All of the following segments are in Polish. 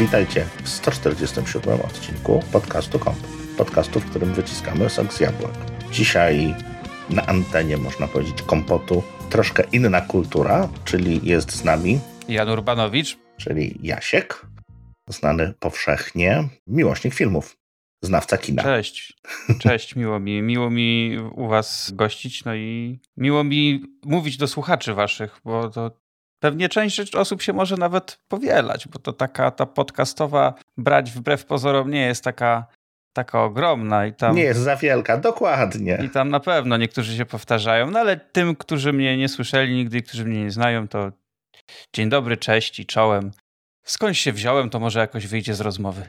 Witajcie w 147 odcinku podcastu Kompot. Podcastu, w którym wyciskamy sok z jabłek. Dzisiaj na antenie, można powiedzieć, Kompotu troszkę inna kultura, czyli jest z nami Jan Urbanowicz, czyli Jasiek, znany powszechnie miłośnik filmów, znawca kina. Cześć, miło mi u was gościć, no i miło mi mówić do słuchaczy waszych, bo to pewnie część osób się może nawet powielać, bo to ta podcastowa brać wbrew pozorom nie jest taka ogromna. I tam, nie jest za wielka, dokładnie. I tam na pewno niektórzy się powtarzają, no ale tym, którzy mnie nie słyszeli nigdy i którzy mnie nie znają, to dzień dobry, cześć i czołem. Skąd się wziąłem, to może jakoś wyjdzie z rozmowy.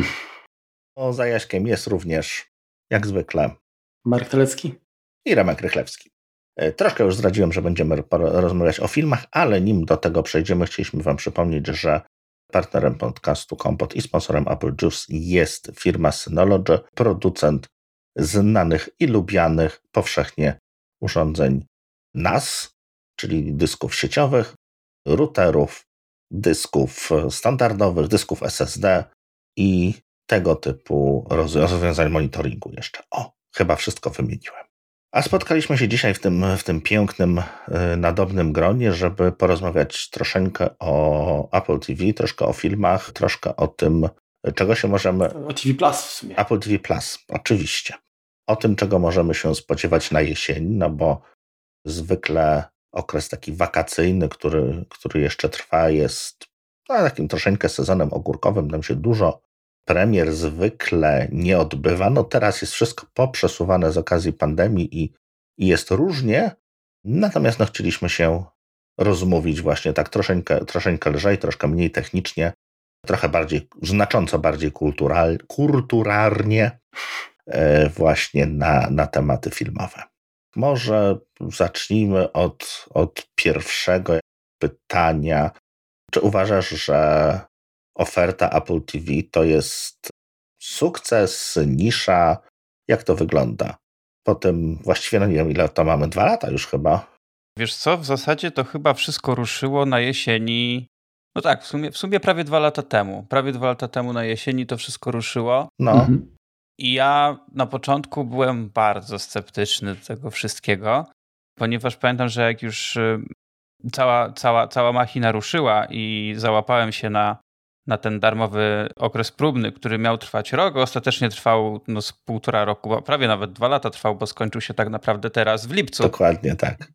Za Jaśkiem jest również, jak zwykle, Marek Telecki i Remek Rychlewski. Troszkę już zdradziłem, że będziemy rozmawiać o filmach, ale nim do tego przejdziemy, chcieliśmy wam przypomnieć, że partnerem podcastu Kompot i sponsorem Apple Juice jest firma Synology, producent znanych i lubianych powszechnie urządzeń NAS, czyli dysków sieciowych, routerów, dysków standardowych, dysków SSD i tego typu rozwiązań monitoringu jeszcze. Chyba wszystko wymieniłem. A spotkaliśmy się dzisiaj w tym pięknym, nadobnym gronie, żeby porozmawiać troszeczkę o Apple TV, troszkę o filmach, troszkę o tym, czego się możemy... O TV Plus w sumie. Apple TV Plus, oczywiście. O tym, czego możemy się spodziewać na jesień, no bo zwykle okres taki wakacyjny, który jeszcze trwa, jest takim troszeczkę sezonem ogórkowym. Tam się dużo premier zwykle nie odbywa. No teraz jest wszystko poprzesuwane z okazji pandemii i jest różnie. Natomiast chcieliśmy się rozmówić właśnie tak troszeczkę lżej, troszkę mniej technicznie, trochę bardziej, znacząco bardziej kulturalnie właśnie na tematy filmowe. Może zacznijmy od pierwszego pytania. Czy uważasz, że oferta Apple TV to jest sukces, nisza? Jak to wygląda? Po tym właściwie, nie wiem ile to mamy, 2 lata już chyba. Wiesz co, w zasadzie to chyba wszystko ruszyło na jesieni. No tak, w sumie prawie 2 lata temu. Prawie 2 lata temu na jesieni to wszystko ruszyło. No. I ja na początku byłem bardzo sceptyczny do tego wszystkiego, ponieważ pamiętam, że jak już cała machina ruszyła i załapałem się na ten darmowy okres próbny, który miał trwać rok, ostatecznie trwał z 1,5 roku, bo prawie nawet 2 lata trwał, bo skończył się tak naprawdę teraz w lipcu. Dokładnie tak.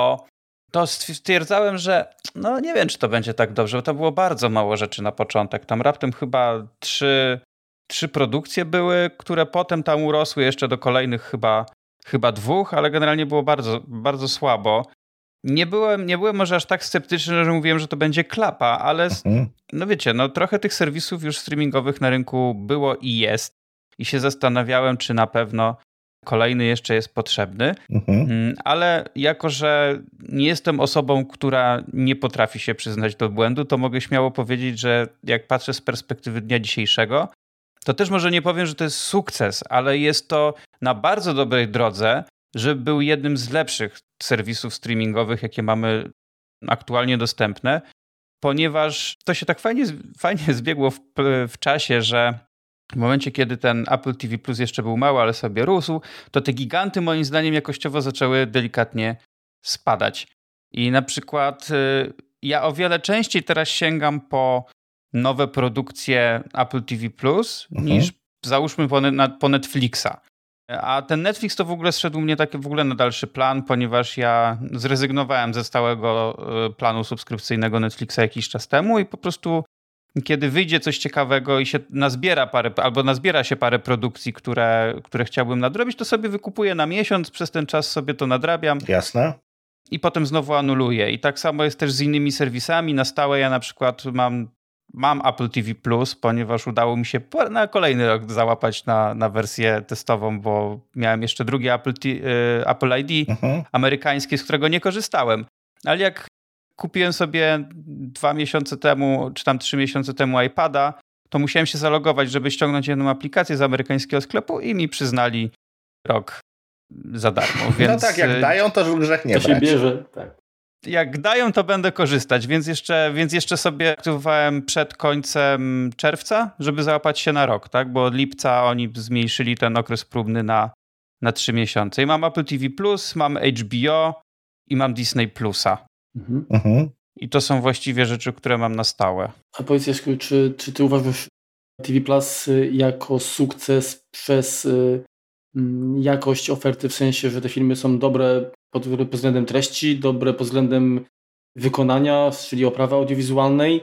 To stwierdzałem, że nie wiem, czy to będzie tak dobrze, bo to było bardzo mało rzeczy na początek. Tam raptem chyba 3 produkcje były, które potem tam urosły jeszcze do kolejnych chyba 2, ale generalnie było bardzo, bardzo słabo. Nie byłem może aż tak sceptyczny, że mówiłem, że to będzie klapa, ale wiecie, trochę tych serwisów już streamingowych na rynku było i jest. I się zastanawiałem, czy na pewno kolejny jeszcze jest potrzebny. Ale jako, że nie jestem osobą, która nie potrafi się przyznać do błędu, to mogę śmiało powiedzieć, że jak patrzę z perspektywy dnia dzisiejszego, to też może nie powiem, że to jest sukces, ale jest to na bardzo dobrej drodze, żeby był jednym z lepszych serwisów streamingowych, jakie mamy aktualnie dostępne, ponieważ to się tak fajnie zbiegło w czasie, że w momencie, kiedy ten Apple TV Plus jeszcze był mały, ale sobie rósł, to te giganty moim zdaniem jakościowo zaczęły delikatnie spadać. I na przykład ja o wiele częściej teraz sięgam po nowe produkcje Apple TV Plus niż załóżmy po Netflixa. A ten Netflix to w ogóle zszedł mnie w ogóle na dalszy plan, ponieważ ja zrezygnowałem ze stałego planu subskrypcyjnego Netflixa jakiś czas temu i po prostu kiedy wyjdzie coś ciekawego i się nazbiera się parę produkcji, które chciałbym nadrobić, to sobie wykupuję na miesiąc, przez ten czas sobie to nadrabiam. Jasne. I potem znowu anuluję. I tak samo jest też z innymi serwisami. Na stałe ja na przykład mam Apple TV Plus, ponieważ udało mi się na kolejny rok załapać na wersję testową, bo miałem jeszcze drugie Apple ID amerykańskie, z którego nie korzystałem. Ale jak kupiłem sobie 2 miesiące temu, czy tam 3 miesiące temu iPada, to musiałem się zalogować, żeby ściągnąć jedną aplikację z amerykańskiego sklepu i mi przyznali rok za darmo. Więc... No tak, jak dają, to grzech nie brać. To się bierze, tak. jak dają, to będę korzystać, więc jeszcze sobie aktywowałem przed końcem czerwca, żeby załapać się na rok, tak? Bo od lipca oni zmniejszyli ten okres próbny na 3 miesiące. I mam Apple TV+, mam HBO i mam Disney Plusa. I to są właściwie rzeczy, które mam na stałe. A powiedz, Jaśku, czy ty uważasz TV Plus jako sukces przez jakość oferty, w sensie, że te filmy są dobre pod względem treści, dobre pod względem wykonania, czyli oprawy audiowizualnej,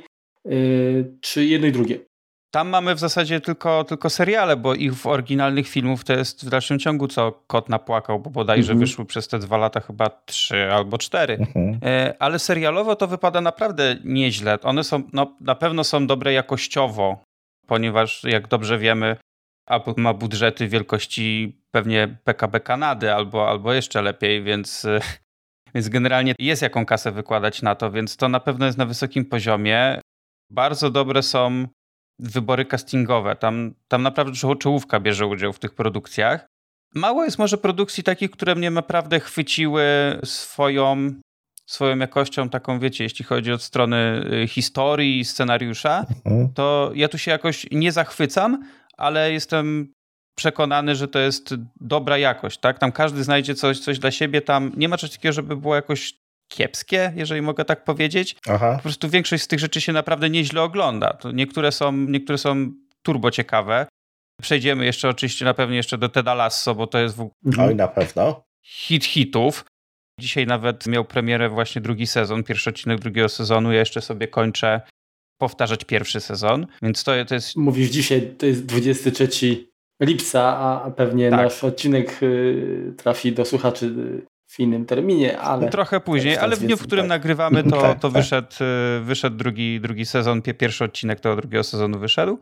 czy jedno i drugie? Tam mamy w zasadzie tylko seriale, bo ich w oryginalnych filmów to jest w dalszym ciągu co kot napłakał, bo bodajże wyszły przez te 2 lata chyba 3 albo 4. Ale serialowo to wypada naprawdę nieźle. One są, na pewno są dobre jakościowo, ponieważ jak dobrze wiemy, Apple ma budżety wielkości pewnie PKB Kanady albo jeszcze lepiej, więc generalnie jest jaką kasę wykładać na to, więc to na pewno jest na wysokim poziomie. Bardzo dobre są wybory castingowe. Tam naprawdę czołówka bierze udział w tych produkcjach. Mało jest może produkcji takich, które mnie naprawdę chwyciły swoją jakością taką, wiecie, jeśli chodzi od strony historii, scenariusza, to ja tu się jakoś nie zachwycam, ale jestem przekonany, że to jest dobra jakość, tak? Tam każdy znajdzie coś dla siebie, tam nie ma czegoś takiego, żeby było jakoś kiepskie, jeżeli mogę tak powiedzieć. Po prostu większość z tych rzeczy się naprawdę nieźle ogląda. To niektóre są turbo ciekawe. Przejdziemy jeszcze oczywiście na pewno jeszcze do Teda Lasso, bo to jest Oj, na pewno. hit hitów. Dzisiaj nawet miał premierę właśnie 2. sezon, pierwszy odcinek 2. sezonu. Ja jeszcze sobie kończę powtarzać 1. sezon, więc to jest... Mówisz dzisiaj, to jest 23 lipca, a pewnie tak. Nasz odcinek trafi do słuchaczy w innym terminie, ale... Trochę później, ale w dniu, w którym nagrywamy, to wyszedł drugi sezon, pierwszy odcinek tego 2. sezonu wyszedł.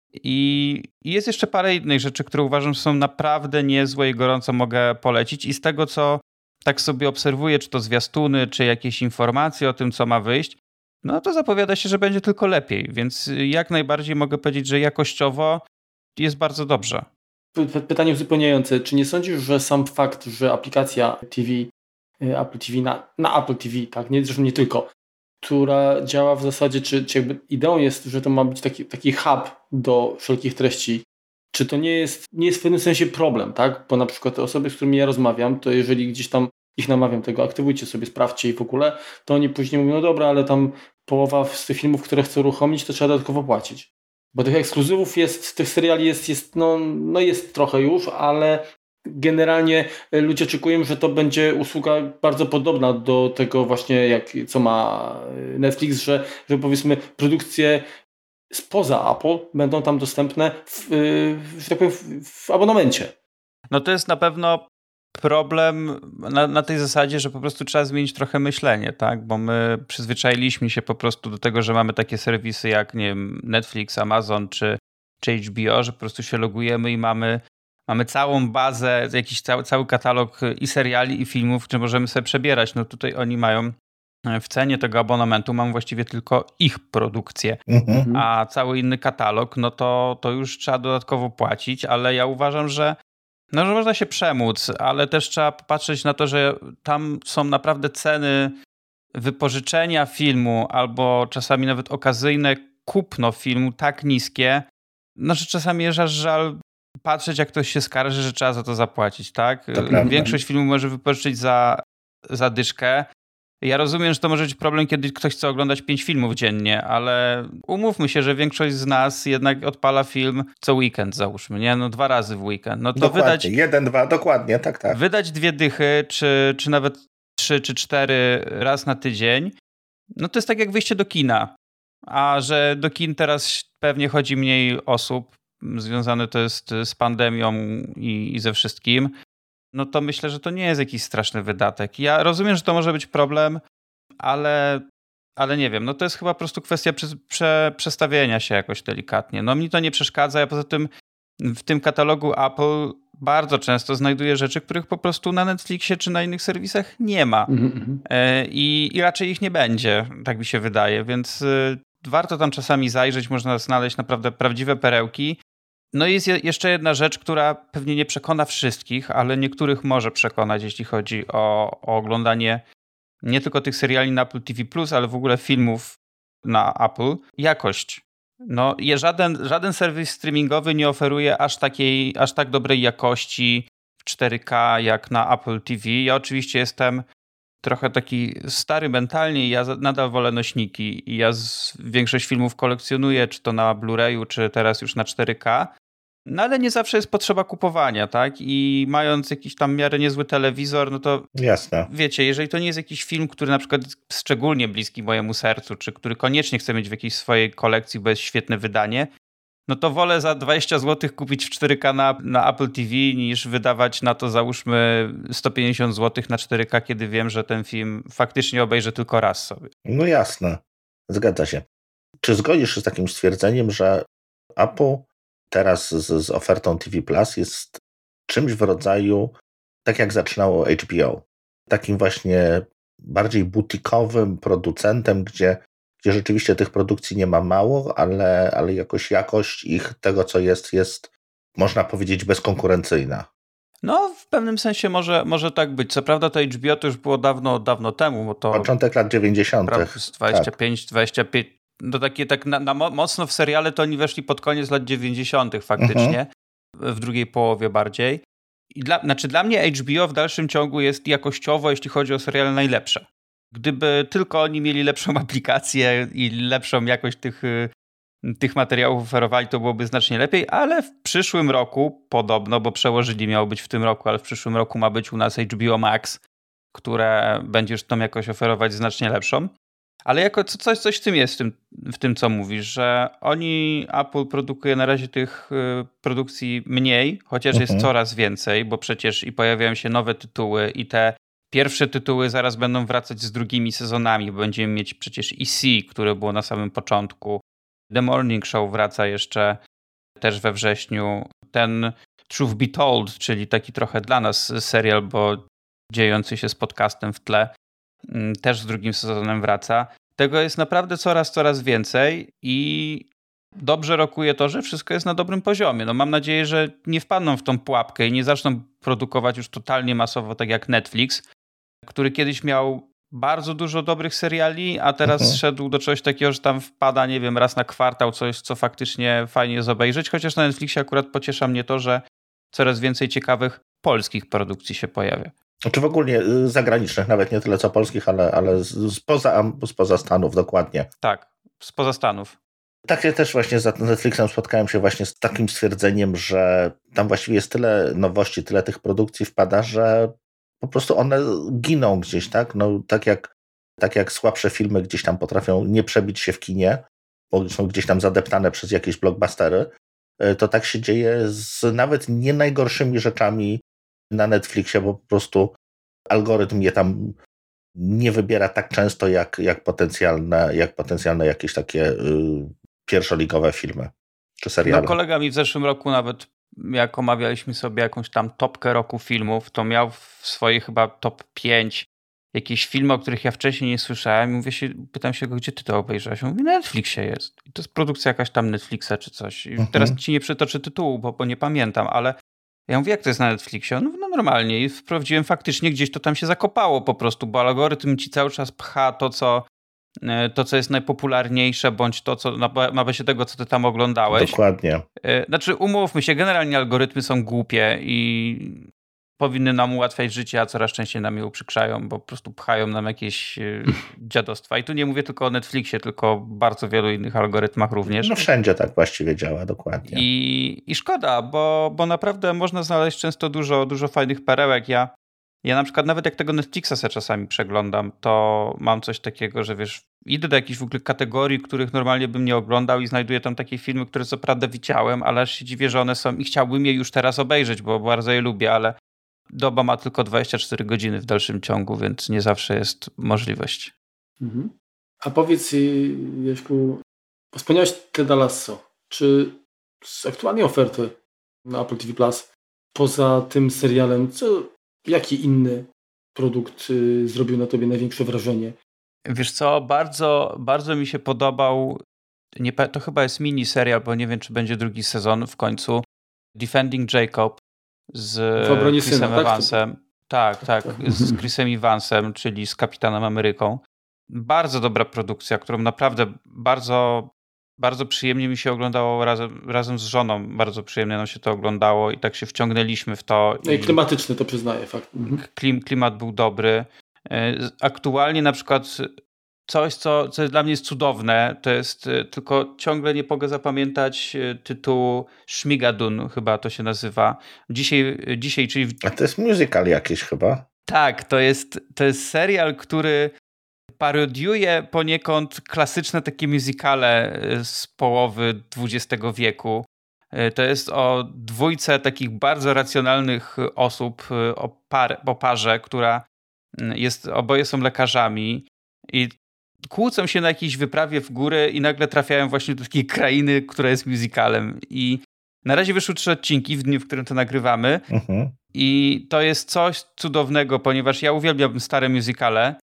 I jest jeszcze parę innych rzeczy, które uważam, że są naprawdę niezłe i gorąco mogę polecić. I z tego, co tak sobie obserwuję, czy to zwiastuny, czy jakieś informacje o tym, co ma wyjść, no to zapowiada się, że będzie tylko lepiej. Więc jak najbardziej mogę powiedzieć, że jakościowo jest bardzo dobrze. Pytanie uzupełniające. Czy nie sądzisz, że sam fakt, że aplikacja TV, Apple TV na Apple TV, tak, zresztą nie tylko, która działa w zasadzie, czy jakby ideą jest, że to ma być taki hub do wszelkich treści, czy to nie jest w pewnym sensie problem, tak? Bo na przykład te osoby, z którymi ja rozmawiam, to jeżeli gdzieś tam ich namawiam tego, aktywujcie sobie, sprawdźcie i w ogóle, to oni później mówią, no dobra, ale tam połowa z tych filmów, które chcę uruchomić, to trzeba dodatkowo płacić. Bo tych ekskluzywów tych seriali jest trochę już, ale generalnie ludzie oczekują, że to będzie usługa bardzo podobna do tego właśnie, co ma Netflix, że powiedzmy produkcje spoza Apple będą tam dostępne że tak powiem, w abonamencie. No to jest na pewno problem na tej zasadzie, że po prostu trzeba zmienić trochę myślenie, tak? Bo my przyzwyczailiśmy się po prostu do tego, że mamy takie serwisy jak, nie wiem, Netflix, Amazon czy HBO, że po prostu się logujemy i mamy całą bazę, jakiś cały katalog i seriali, i filmów, które możemy sobie przebierać. No tutaj oni mają w cenie tego abonamentu mam właściwie tylko ich produkcję, a cały inny katalog, no to już trzeba dodatkowo płacić, ale ja uważam, że można się przemóc, ale też trzeba patrzeć na to, że tam są naprawdę ceny wypożyczenia filmu albo czasami nawet okazyjne kupno filmu tak niskie, no że czasami jest aż żal patrzeć, jak ktoś się skarży, że trzeba za to zapłacić, tak? Większość filmu może wypożyczyć za dyszkę. Ja rozumiem, że to może być problem, kiedy ktoś chce oglądać 5 filmów dziennie, ale umówmy się, że większość z nas jednak odpala film co weekend, załóżmy, nie? No 2 razy w weekend. No to dokładnie, wydać... 1, 2, dokładnie, tak. Wydać 2 dychy, czy nawet 3 czy 4 raz na tydzień, no to jest tak jak wyjście do kina. A że do kin teraz pewnie chodzi mniej osób, związane to jest z pandemią i ze wszystkim, no to myślę, że to nie jest jakiś straszny wydatek. Ja rozumiem, że to może być problem, ale nie wiem, no to jest chyba po prostu kwestia przestawienia się jakoś delikatnie. No mi to nie przeszkadza, ja poza tym w tym katalogu Apple bardzo często znajduję rzeczy, których po prostu na Netflixie czy na innych serwisach nie ma. I raczej ich nie będzie, tak mi się wydaje, więc warto tam czasami zajrzeć, można znaleźć naprawdę prawdziwe perełki. No i jest jeszcze jedna rzecz, która pewnie nie przekona wszystkich, ale niektórych może przekonać, jeśli chodzi o oglądanie nie tylko tych seriali na Apple TV+, ale w ogóle filmów na Apple, jakość. No, żaden serwis streamingowy nie oferuje aż tak dobrej jakości w 4K jak na Apple TV. Ja oczywiście jestem trochę taki stary mentalnie i ja nadal wolę nośniki i ja większość filmów kolekcjonuję, czy to na Blu-rayu, czy teraz już na 4K. No ale nie zawsze jest potrzeba kupowania, tak? I mając jakiś tam w miarę niezły telewizor, no to jasne. Wiecie, jeżeli to nie jest jakiś film, który na przykład jest szczególnie bliski mojemu sercu, czy który koniecznie chcę mieć w jakiejś swojej kolekcji, bo jest świetne wydanie, no to wolę za 20 zł kupić w 4K na Apple TV, niż wydawać na to załóżmy 150 zł na 4K, kiedy wiem, że ten film faktycznie obejrzę tylko raz sobie. No jasne, zgadza się. Czy zgodzisz się z takim stwierdzeniem, że Apple teraz z ofertą TV Plus jest czymś w rodzaju, tak jak zaczynało HBO, takim właśnie bardziej butikowym producentem, gdzie rzeczywiście tych produkcji nie ma mało, ale jakość ich, tego co jest można powiedzieć bezkonkurencyjna. No, w pewnym sensie może tak być. Co prawda to HBO to już było dawno temu, bo to... Początek lat 90. 25, no takie tak na mocno w seriale to oni weszli pod koniec lat 90. faktycznie, w drugiej połowie bardziej. I dla mnie HBO w dalszym ciągu jest jakościowo, jeśli chodzi o seriale, najlepsze. Gdyby tylko oni mieli lepszą aplikację i lepszą jakość tych materiałów oferowali, to byłoby znacznie lepiej, ale w przyszłym roku podobno, bo przełożyli, miało być w tym roku, ale w przyszłym roku ma być u nas HBO Max, które będzie już tą jakość oferować znacznie lepszą. Ale jako coś w tym jest, w tym co mówisz, że Apple produkuje na razie tych produkcji mniej, chociaż jest coraz więcej, bo przecież i pojawiają się nowe tytuły i te pierwsze tytuły zaraz będą wracać z drugimi sezonami, bo będziemy mieć przecież EC, które było na samym początku. The Morning Show wraca jeszcze też we wrześniu. Ten Truth Be Told, czyli taki trochę dla nas serial, bo dziejący się z podcastem w tle, też z drugim sezonem wraca. Tego jest naprawdę coraz więcej i dobrze rokuje to, że wszystko jest na dobrym poziomie. No mam nadzieję, że nie wpadną w tą pułapkę i nie zaczną produkować już totalnie masowo, tak jak Netflix, który kiedyś miał bardzo dużo dobrych seriali, a teraz szedł do czegoś takiego, że tam wpada, nie wiem, raz na kwartał coś, co faktycznie fajnie jest obejrzeć, chociaż na Netflixie akurat pociesza mnie to, że coraz więcej ciekawych polskich produkcji się pojawia. Czy w ogóle zagranicznych, nawet nie tyle co polskich, ale spoza Stanów, dokładnie. Tak, spoza Stanów. Tak, ja też właśnie z Netflixem spotkałem się właśnie z takim stwierdzeniem, że tam właściwie jest tyle nowości, tyle tych produkcji wpada, że po prostu one giną gdzieś, tak? No, tak jak słabsze filmy gdzieś tam potrafią nie przebić się w kinie, bo są gdzieś tam zadeptane przez jakieś blockbustery, to tak się dzieje z nawet nie najgorszymi rzeczami na Netflixie, bo po prostu algorytm je tam nie wybiera tak często jak potencjalne jakieś takie pierwszoligowe filmy czy seriale. No, kolega mi w zeszłym roku nawet, jak omawialiśmy sobie jakąś tam topkę roku filmów, to miał w swojej chyba top 5 jakieś filmy, o których ja wcześniej nie słyszałem i pytam się go, gdzie ty to obejrzałeś? On mówi, na Netflixie jest. I to jest produkcja jakaś tam Netflixa czy coś. I teraz ci nie przytoczę tytułu, bo nie pamiętam, ale ja mówię, jak to jest na Netflixie? No normalnie. I wprowadziłem faktycznie, gdzieś to tam się zakopało po prostu, bo algorytm ci cały czas pcha to, co jest najpopularniejsze, bądź to, co na bazie tego, co ty tam oglądałeś. Dokładnie. Znaczy, umówmy się, generalnie algorytmy są głupie i powinny nam ułatwiać życie, a coraz częściej nam je uprzykrzają, bo po prostu pchają nam jakieś dziadostwa. I tu nie mówię tylko o Netflixie, tylko o bardzo wielu innych algorytmach również. No wszędzie tak właściwie działa, dokładnie. I szkoda, bo naprawdę można znaleźć często dużo fajnych perełek. Ja na przykład nawet jak tego Netflixa sobie czasami przeglądam, to mam coś takiego, że wiesz, idę do jakichś w ogóle kategorii, których normalnie bym nie oglądał i znajduję tam takie filmy, które co prawda widziałem, ale aż się dziwię, że one są i chciałbym je już teraz obejrzeć, bo bardzo je lubię, ale doba ma tylko 24 godziny w dalszym ciągu, więc nie zawsze jest możliwość. A powiedz, Jaśku, wspomniałeś Ted Lasso. Czy z aktualnej oferty na Apple TV Plus, poza tym serialem, jaki inny produkt zrobił na tobie największe wrażenie? Wiesz co, bardzo mi się podobał, to chyba jest mini serial, bo nie wiem, czy będzie drugi sezon w końcu, Defending Jacob z Chrisem Evansem. Tak, z Chrisem Evansem, czyli z Kapitanem Ameryką. Bardzo dobra produkcja, którą naprawdę bardzo, bardzo przyjemnie mi się oglądało razem z żoną. Bardzo przyjemnie nam się to oglądało i tak się wciągnęliśmy w to. No i klimatyczny, to przyznaję, fakt. Klimat był dobry. Aktualnie na przykład coś, co dla mnie jest cudowne, to jest, tylko ciągle nie mogę zapamiętać tytułu Szmigadun, chyba to się nazywa. Dzisiaj, czyli... A to jest musical jakiś chyba? Tak, to jest serial, który parodiuje poniekąd klasyczne takie musicale z połowy XX wieku. To jest o dwójce takich bardzo racjonalnych osób, o parze, która oboje są lekarzami i kłócą się na jakiejś wyprawie w góry i nagle trafiają właśnie do takiej krainy, która jest musicalem. I na razie wyszły 3 odcinki w dniu, w którym to nagrywamy. I to jest coś cudownego, ponieważ ja uwielbiam stare musicale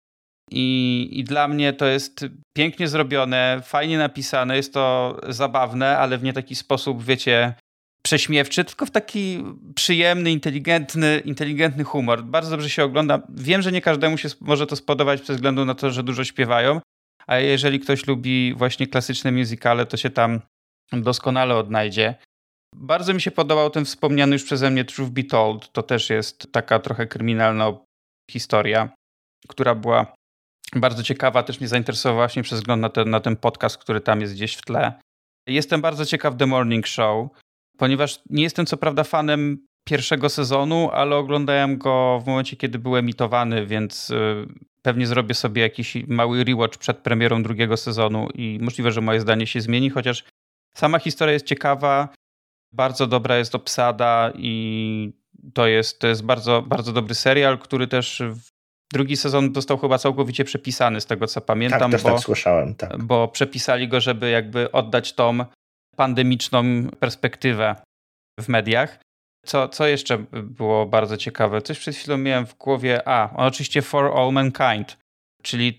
i dla mnie to jest pięknie zrobione, fajnie napisane, jest to zabawne, ale w nie taki sposób, wiecie, prześmiewczy, tylko w taki przyjemny, inteligentny humor. Bardzo dobrze się ogląda. Wiem, że nie każdemu się może to spodobać ze względu na to, że dużo śpiewają, a jeżeli ktoś lubi właśnie klasyczne musicale, to się tam doskonale odnajdzie. Bardzo mi się podobał ten wspomniany już przeze mnie Truth Be Told. To też jest taka trochę kryminalna historia, która była bardzo ciekawa. Też mnie zainteresowała właśnie przez wzgląd na ten podcast, który tam jest gdzieś w tle. Jestem bardzo ciekaw The Morning Show, ponieważ nie jestem co prawda fanem pierwszego sezonu, ale oglądałem go w momencie, kiedy był emitowany, więc pewnie zrobię sobie jakiś mały rewatch przed premierą drugiego sezonu i możliwe, że moje zdanie się zmieni, chociaż sama historia jest ciekawa, bardzo dobra jest obsada i to jest bardzo, bardzo dobry serial, który też drugi sezon został chyba całkowicie przepisany, z tego co pamiętam. Tak, też tak słyszałem. Tak. Bo przepisali go, żeby jakby oddać tą pandemiczną perspektywę w mediach. Co jeszcze było bardzo ciekawe? Coś przed chwilą miałem w głowie. Oczywiście For All Mankind, czyli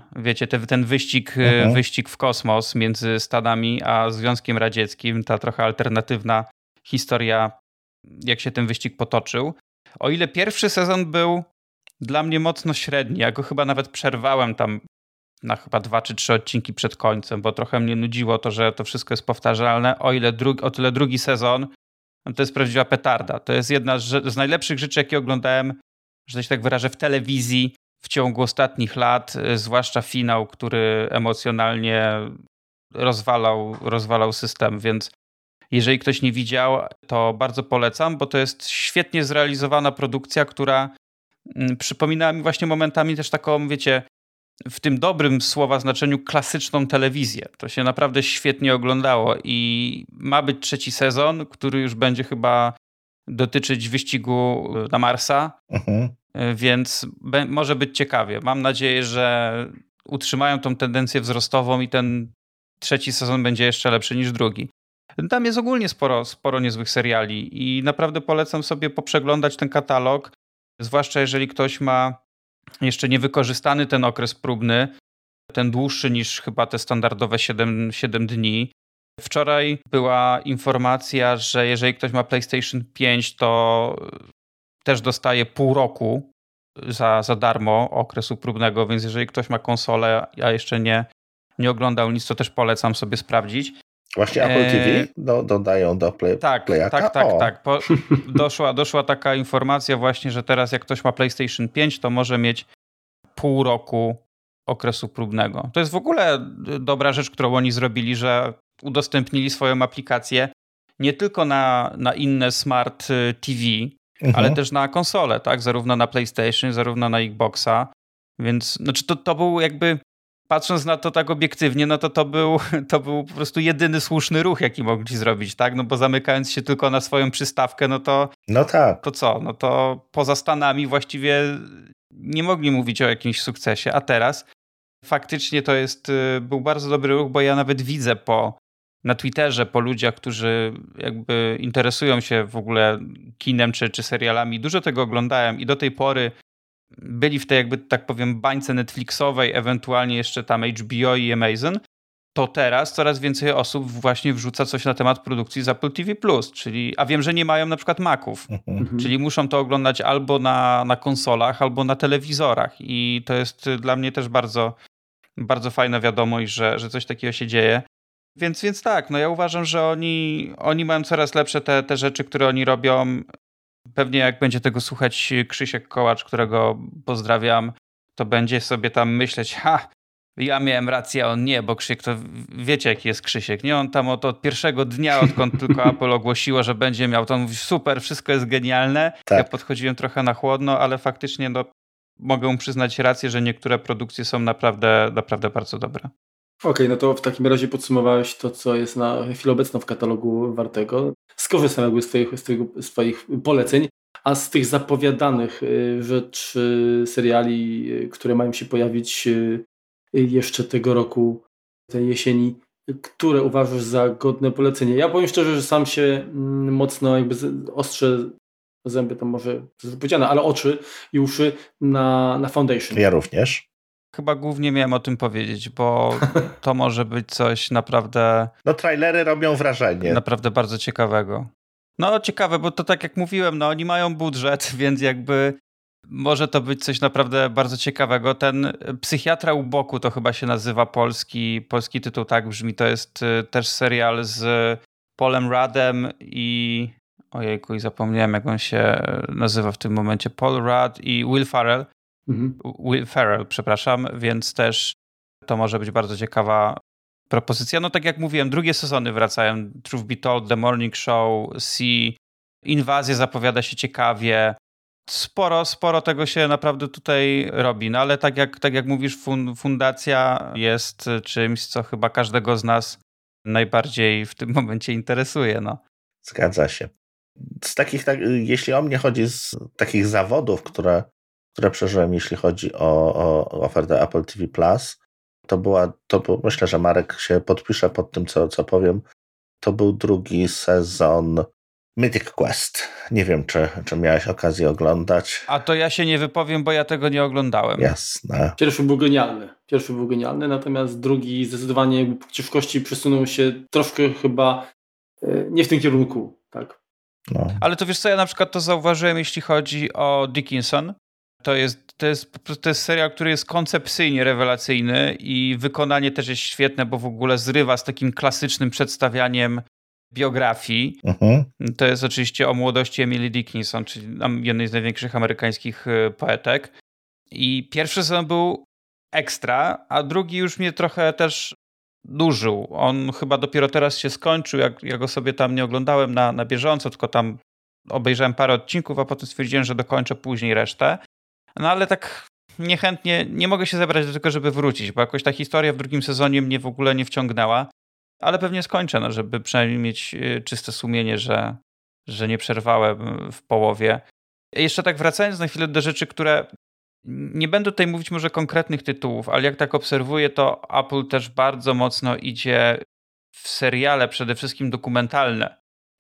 ten wyścig w kosmos między Stanami a Związkiem Radzieckim, ta trochę alternatywna historia, jak się ten wyścig potoczył. O ile pierwszy sezon był dla mnie mocno średni, ja go chyba nawet przerwałem tam na chyba 2 czy 3 odcinki przed końcem, bo trochę mnie nudziło to, że to wszystko jest powtarzalne. O tyle drugi sezon to jest prawdziwa petarda. To jest jedna z najlepszych rzeczy, jakie oglądałem, że się tak wyrażę, w telewizji w ciągu ostatnich lat, zwłaszcza finał, który emocjonalnie rozwalał system, więc jeżeli ktoś nie widział, to bardzo polecam, bo to jest świetnie zrealizowana produkcja, która przypomina mi właśnie momentami też taką, wiecie, w tym dobrym słowa znaczeniu klasyczną telewizję. To się naprawdę świetnie oglądało i ma być 3 sezon, który już będzie chyba dotyczyć wyścigu na Marsa, więc może być ciekawie. Mam nadzieję, że utrzymają tą tendencję wzrostową i ten 3 sezon będzie jeszcze lepszy niż drugi. Tam jest ogólnie sporo niezłych seriali i naprawdę polecam sobie poprzeglądać ten katalog, zwłaszcza jeżeli ktoś ma jeszcze niewykorzystany ten okres próbny, ten dłuższy niż chyba te standardowe 7 dni. Wczoraj była informacja, że jeżeli ktoś ma PlayStation 5, to też dostaje pół roku za darmo okresu próbnego, więc jeżeli ktoś ma konsolę, a jeszcze nie oglądał nic, to też polecam sobie sprawdzić. Właśnie Apple TV dodają do Playaka? Tak. Doszła taka informacja właśnie, że teraz jak ktoś ma PlayStation 5, to może mieć pół roku okresu próbnego. To jest w ogóle dobra rzecz, którą oni zrobili, że udostępnili swoją aplikację nie tylko na inne Smart TV, ale też na konsole, tak? Zarówno na PlayStation, zarówno na Xboxa. Więc znaczy to był jakby, patrząc na to tak obiektywnie, no to był po prostu jedyny słuszny ruch, jaki mogli zrobić, tak? No bo zamykając się tylko na swoją przystawkę, no tak. To co? No to poza Stanami właściwie nie mogli mówić o jakimś sukcesie, a teraz faktycznie to był bardzo dobry ruch, bo ja nawet widzę na Twitterze po ludziach, którzy jakby interesują się w ogóle kinem czy serialami, dużo tego oglądałem i do tej pory byli w tej, jakby tak powiem, bańce Netflixowej, ewentualnie jeszcze tam HBO i Amazon, to teraz coraz więcej osób właśnie wrzuca coś na temat produkcji z Apple TV+, czyli, a wiem, że nie mają na przykład Maców, czyli muszą to oglądać albo na konsolach, albo na telewizorach i to jest dla mnie też bardzo, bardzo fajna wiadomość, że coś takiego się dzieje. Więc tak, no ja uważam, że oni mają coraz lepsze te rzeczy, które oni robią. Pewnie jak będzie tego słuchać Krzysiek Kołacz, którego pozdrawiam, to będzie sobie tam myśleć, ja miałem rację, a on nie, bo Krzysiek to wiecie jaki jest Krzysiek, nie? On tam od pierwszego dnia, odkąd tylko Apple ogłosiło, że będzie miał, to on mówi super, wszystko jest genialne. Tak. Ja podchodziłem trochę na chłodno, ale faktycznie mogę mu przyznać rację, że niektóre produkcje są naprawdę, naprawdę bardzo dobre. Okej, no to w takim razie podsumowałeś to, co jest na chwilę obecną w katalogu Wartego. Skorzystam jakby z twoich poleceń, a z tych zapowiadanych rzeczy, seriali, które mają się pojawić jeszcze tego roku, tej jesieni, które uważasz za godne polecenie? Ja powiem szczerze, że sam się mocno jakby ostrzę zęby, to może to jest powiedziane, ale oczy i uszy na Foundation. Ja również. Chyba głównie miałem o tym powiedzieć, bo to może być coś naprawdę... No trailery robią wrażenie. Naprawdę bardzo ciekawego. No ciekawe, bo to tak jak mówiłem, no oni mają budżet, więc jakby może to być coś naprawdę bardzo ciekawego. Ten Psychiatra u boku to chyba się nazywa polski tytuł, tak brzmi. To jest też serial z Paulem Ruddem i... Ojejku, i zapomniałem jak on się nazywa w tym momencie. Paul Rudd i Will Ferrell. Will Ferrell, przepraszam, więc też to może być bardzo ciekawa propozycja. No tak jak mówiłem, drugie sezony wracają. Truth Be Told, The Morning Show, Inwazja zapowiada się ciekawie. Sporo tego się naprawdę tutaj robi, no ale tak jak mówisz, fundacja jest czymś, co chyba każdego z nas najbardziej w tym momencie interesuje. No. Zgadza się. Z takich, jeśli o mnie chodzi, z takich zawodów, które przeżyłem, jeśli chodzi o ofertę Apple TV+, to myślę, że Marek się podpisze pod tym, co powiem. To był drugi sezon Mythic Quest. Nie wiem, czy miałeś okazję oglądać. A to ja się nie wypowiem, bo ja tego nie oglądałem. Jasne. Pierwszy był genialny, natomiast drugi zdecydowanie jakby po ciężkości przesunął się troszkę chyba nie w tym kierunku, tak. No. Ale to wiesz co, ja na przykład to zauważyłem, jeśli chodzi o Dickinson. To jest serial, który jest koncepcyjnie rewelacyjny i wykonanie też jest świetne, bo w ogóle zrywa z takim klasycznym przedstawianiem biografii. To jest oczywiście o młodości Emily Dickinson, czyli jednej z największych amerykańskich poetek. I pierwszy sezon był ekstra, a drugi już mnie trochę też dłużył. On chyba dopiero teraz się skończył, ja go sobie tam nie oglądałem na bieżąco, tylko tam obejrzałem parę odcinków, a potem stwierdziłem, że dokończę później resztę. No ale tak niechętnie, nie mogę się zebrać do tego, żeby wrócić, bo jakoś ta historia w drugim sezonie mnie w ogóle nie wciągnęła, ale pewnie skończę, no, żeby przynajmniej mieć czyste sumienie, że nie przerwałem w połowie. Jeszcze tak wracając na chwilę do rzeczy, które nie będę tutaj mówić może konkretnych tytułów, ale jak tak obserwuję, to Apple też bardzo mocno idzie w seriale, przede wszystkim dokumentalne.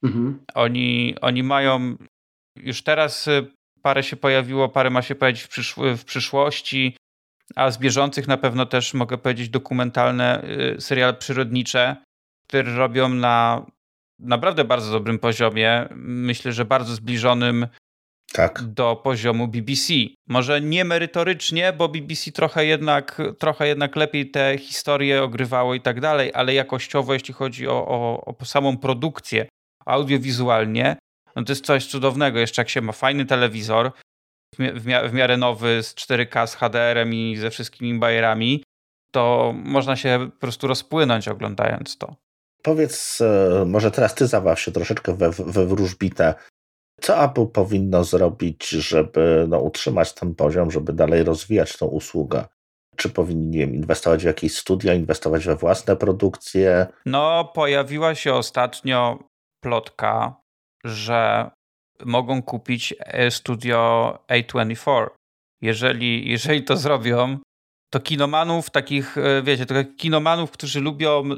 Oni mają już teraz parę się pojawiło, parę ma się pojawić w przyszłości, a z bieżących na pewno też mogę powiedzieć dokumentalne seriale przyrodnicze, które robią na naprawdę bardzo dobrym poziomie. Myślę, że bardzo zbliżonym do poziomu BBC. Może nie merytorycznie, bo BBC trochę jednak lepiej te historie ogrywało i tak dalej, ale jakościowo, jeśli chodzi o samą produkcję audiowizualnie, no to jest coś cudownego. Jeszcze jak się ma fajny telewizor, w miarę nowy, z 4K, z HDR-em i ze wszystkimi bajerami, to można się po prostu rozpłynąć oglądając to. Powiedz, może teraz ty zabaw się troszeczkę we wróżbitę. Co Apple powinno zrobić, żeby utrzymać ten poziom, żeby dalej rozwijać tą usługę? Czy powinni, nie wiem, inwestować w jakieś studia, inwestować we własne produkcje? No, pojawiła się ostatnio plotka, że mogą kupić studio A24. Jeżeli to zrobią, to kinomanów takich, wiecie, kinomanów, którzy lubią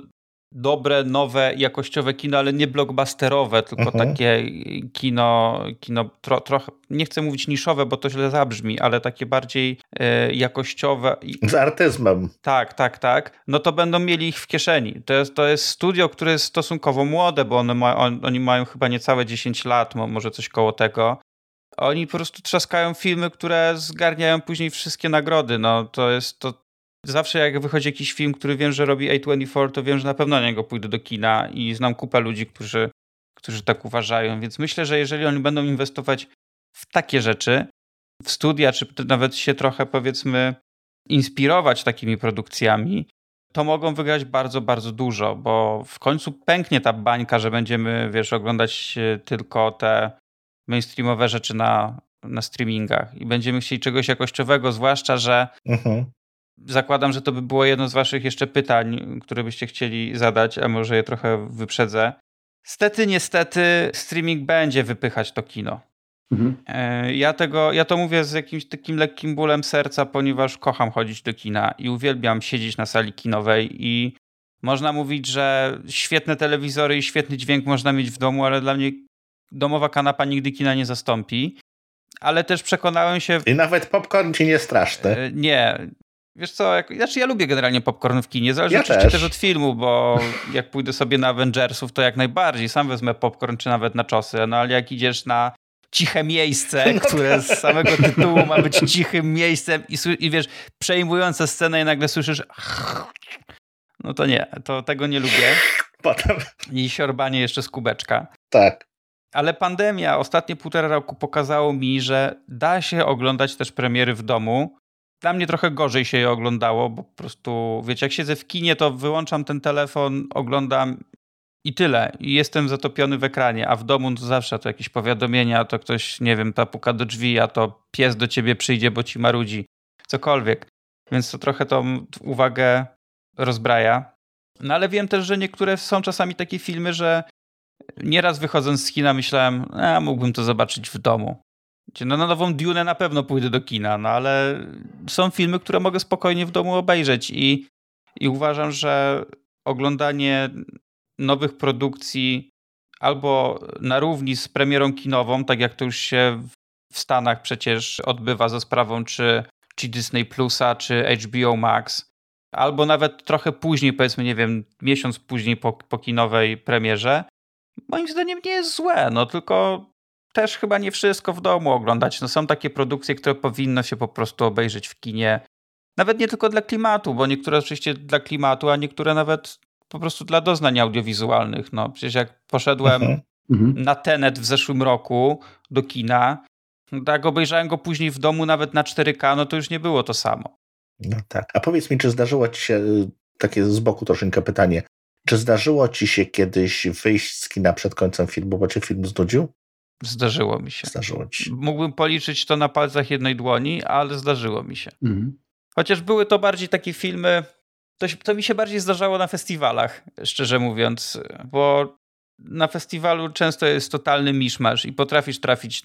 dobre, nowe, jakościowe kino, ale nie blockbusterowe, tylko takie kino trochę, nie chcę mówić niszowe, bo to źle zabrzmi, ale takie bardziej jakościowe. Z artyzmem. Tak. No to będą mieli ich w kieszeni. To jest studio, które jest stosunkowo młode, bo oni mają chyba niecałe 10 lat, może coś koło tego. Oni po prostu trzaskają filmy, które zgarniają później wszystkie nagrody. No to jest to. Zawsze jak wychodzi jakiś film, który wiem, że robi A24, to wiem, że na pewno na niego pójdę do kina i znam kupę ludzi, którzy tak uważają. Więc myślę, że jeżeli oni będą inwestować w takie rzeczy, w studia, czy nawet się trochę, powiedzmy, inspirować takimi produkcjami, to mogą wygrać bardzo, bardzo dużo, bo w końcu pęknie ta bańka, że będziemy, oglądać tylko te mainstreamowe rzeczy na streamingach i będziemy chcieli czegoś jakościowego, zwłaszcza, że zakładam, że to by było jedno z waszych jeszcze pytań, które byście chcieli zadać, a może je trochę wyprzedzę. Niestety streaming będzie wypychać to kino. Ja to mówię z jakimś takim lekkim bólem serca, ponieważ kocham chodzić do kina i uwielbiam siedzieć na sali kinowej i można mówić, że świetne telewizory i świetny dźwięk można mieć w domu, ale dla mnie domowa kanapa nigdy kina nie zastąpi. Ale też przekonałem się... I nawet popcorn ci nie straszny. Nie. Wiesz co, ja lubię generalnie popcorn w kinie, zależy oczywiście też od filmu, bo jak pójdę sobie na Avengersów, to jak najbardziej, sam wezmę popcorn, czy nawet na czosy, no ale jak idziesz na ciche miejsce, które z samego tytułu ma być cichym miejscem i wiesz, przejmująca scenę i nagle słyszysz no to nie, to tego nie lubię. Potem. I siorbanie jeszcze z kubeczka. Tak. Ale pandemia ostatnie 1,5 roku pokazało mi, że da się oglądać też premiery w domu. Dla mnie trochę gorzej się je oglądało, bo po prostu, wiecie, jak siedzę w kinie, to wyłączam ten telefon, oglądam i tyle. I jestem zatopiony w ekranie, a w domu to zawsze to jakieś powiadomienia, to ktoś, nie wiem, puka do drzwi, a to pies do ciebie przyjdzie, bo ci marudzi. Cokolwiek. Więc to trochę tą uwagę rozbraja. No ale wiem też, że niektóre są czasami takie filmy, że nieraz wychodząc z kina myślałem, mógłbym to zobaczyć w domu. No na nową Dune na pewno pójdę do kina, no ale są filmy, które mogę spokojnie w domu obejrzeć i uważam, że oglądanie nowych produkcji albo na równi z premierą kinową, tak jak to już się w Stanach przecież odbywa za sprawą czy Disney Plusa, czy HBO Max, albo nawet trochę później, powiedzmy, nie wiem, miesiąc później po kinowej premierze, moim zdaniem nie jest złe, no tylko też chyba nie wszystko w domu oglądać. No są takie produkcje, które powinno się po prostu obejrzeć w kinie. Nawet nie tylko dla klimatu, bo niektóre oczywiście dla klimatu, a niektóre nawet po prostu dla doznań audiowizualnych. No przecież jak poszedłem na Tenet w zeszłym roku do kina, no tak obejrzałem go później w domu nawet na 4K, no to już nie było to samo. No tak. A powiedz mi, czy zdarzyło ci się, takie z boku troszeczkę pytanie, czy zdarzyło ci się kiedyś wyjść z kina przed końcem filmu, bo cię film znudził? Zdarzyło mi się. Zdarzyło ci się. Mógłbym policzyć to na palcach jednej dłoni, ale zdarzyło mi się. Chociaż były to bardziej takie filmy, to mi się bardziej zdarzało na festiwalach, szczerze mówiąc, bo na festiwalu często jest totalny miszmasz i potrafisz trafić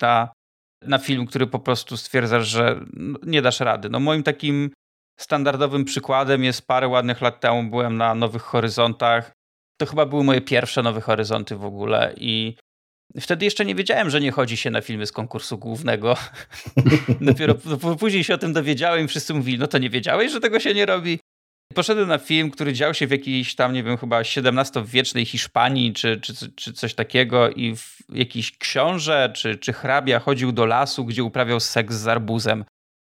na film, który po prostu stwierdzasz, że nie dasz rady. No moim takim standardowym przykładem jest parę ładnych lat temu byłem na Nowych Horyzontach. To chyba były moje pierwsze Nowe Horyzonty w ogóle i wtedy jeszcze nie wiedziałem, że nie chodzi się na filmy z konkursu głównego. Dopiero później się o tym dowiedziałem i wszyscy mówili, no to nie wiedziałeś, że tego się nie robi? Poszedłem na film, który dział się w jakiejś tam, nie wiem, chyba XVII-wiecznej Hiszpanii czy coś takiego i jakiś książę czy hrabia chodził do lasu, gdzie uprawiał seks z arbuzem.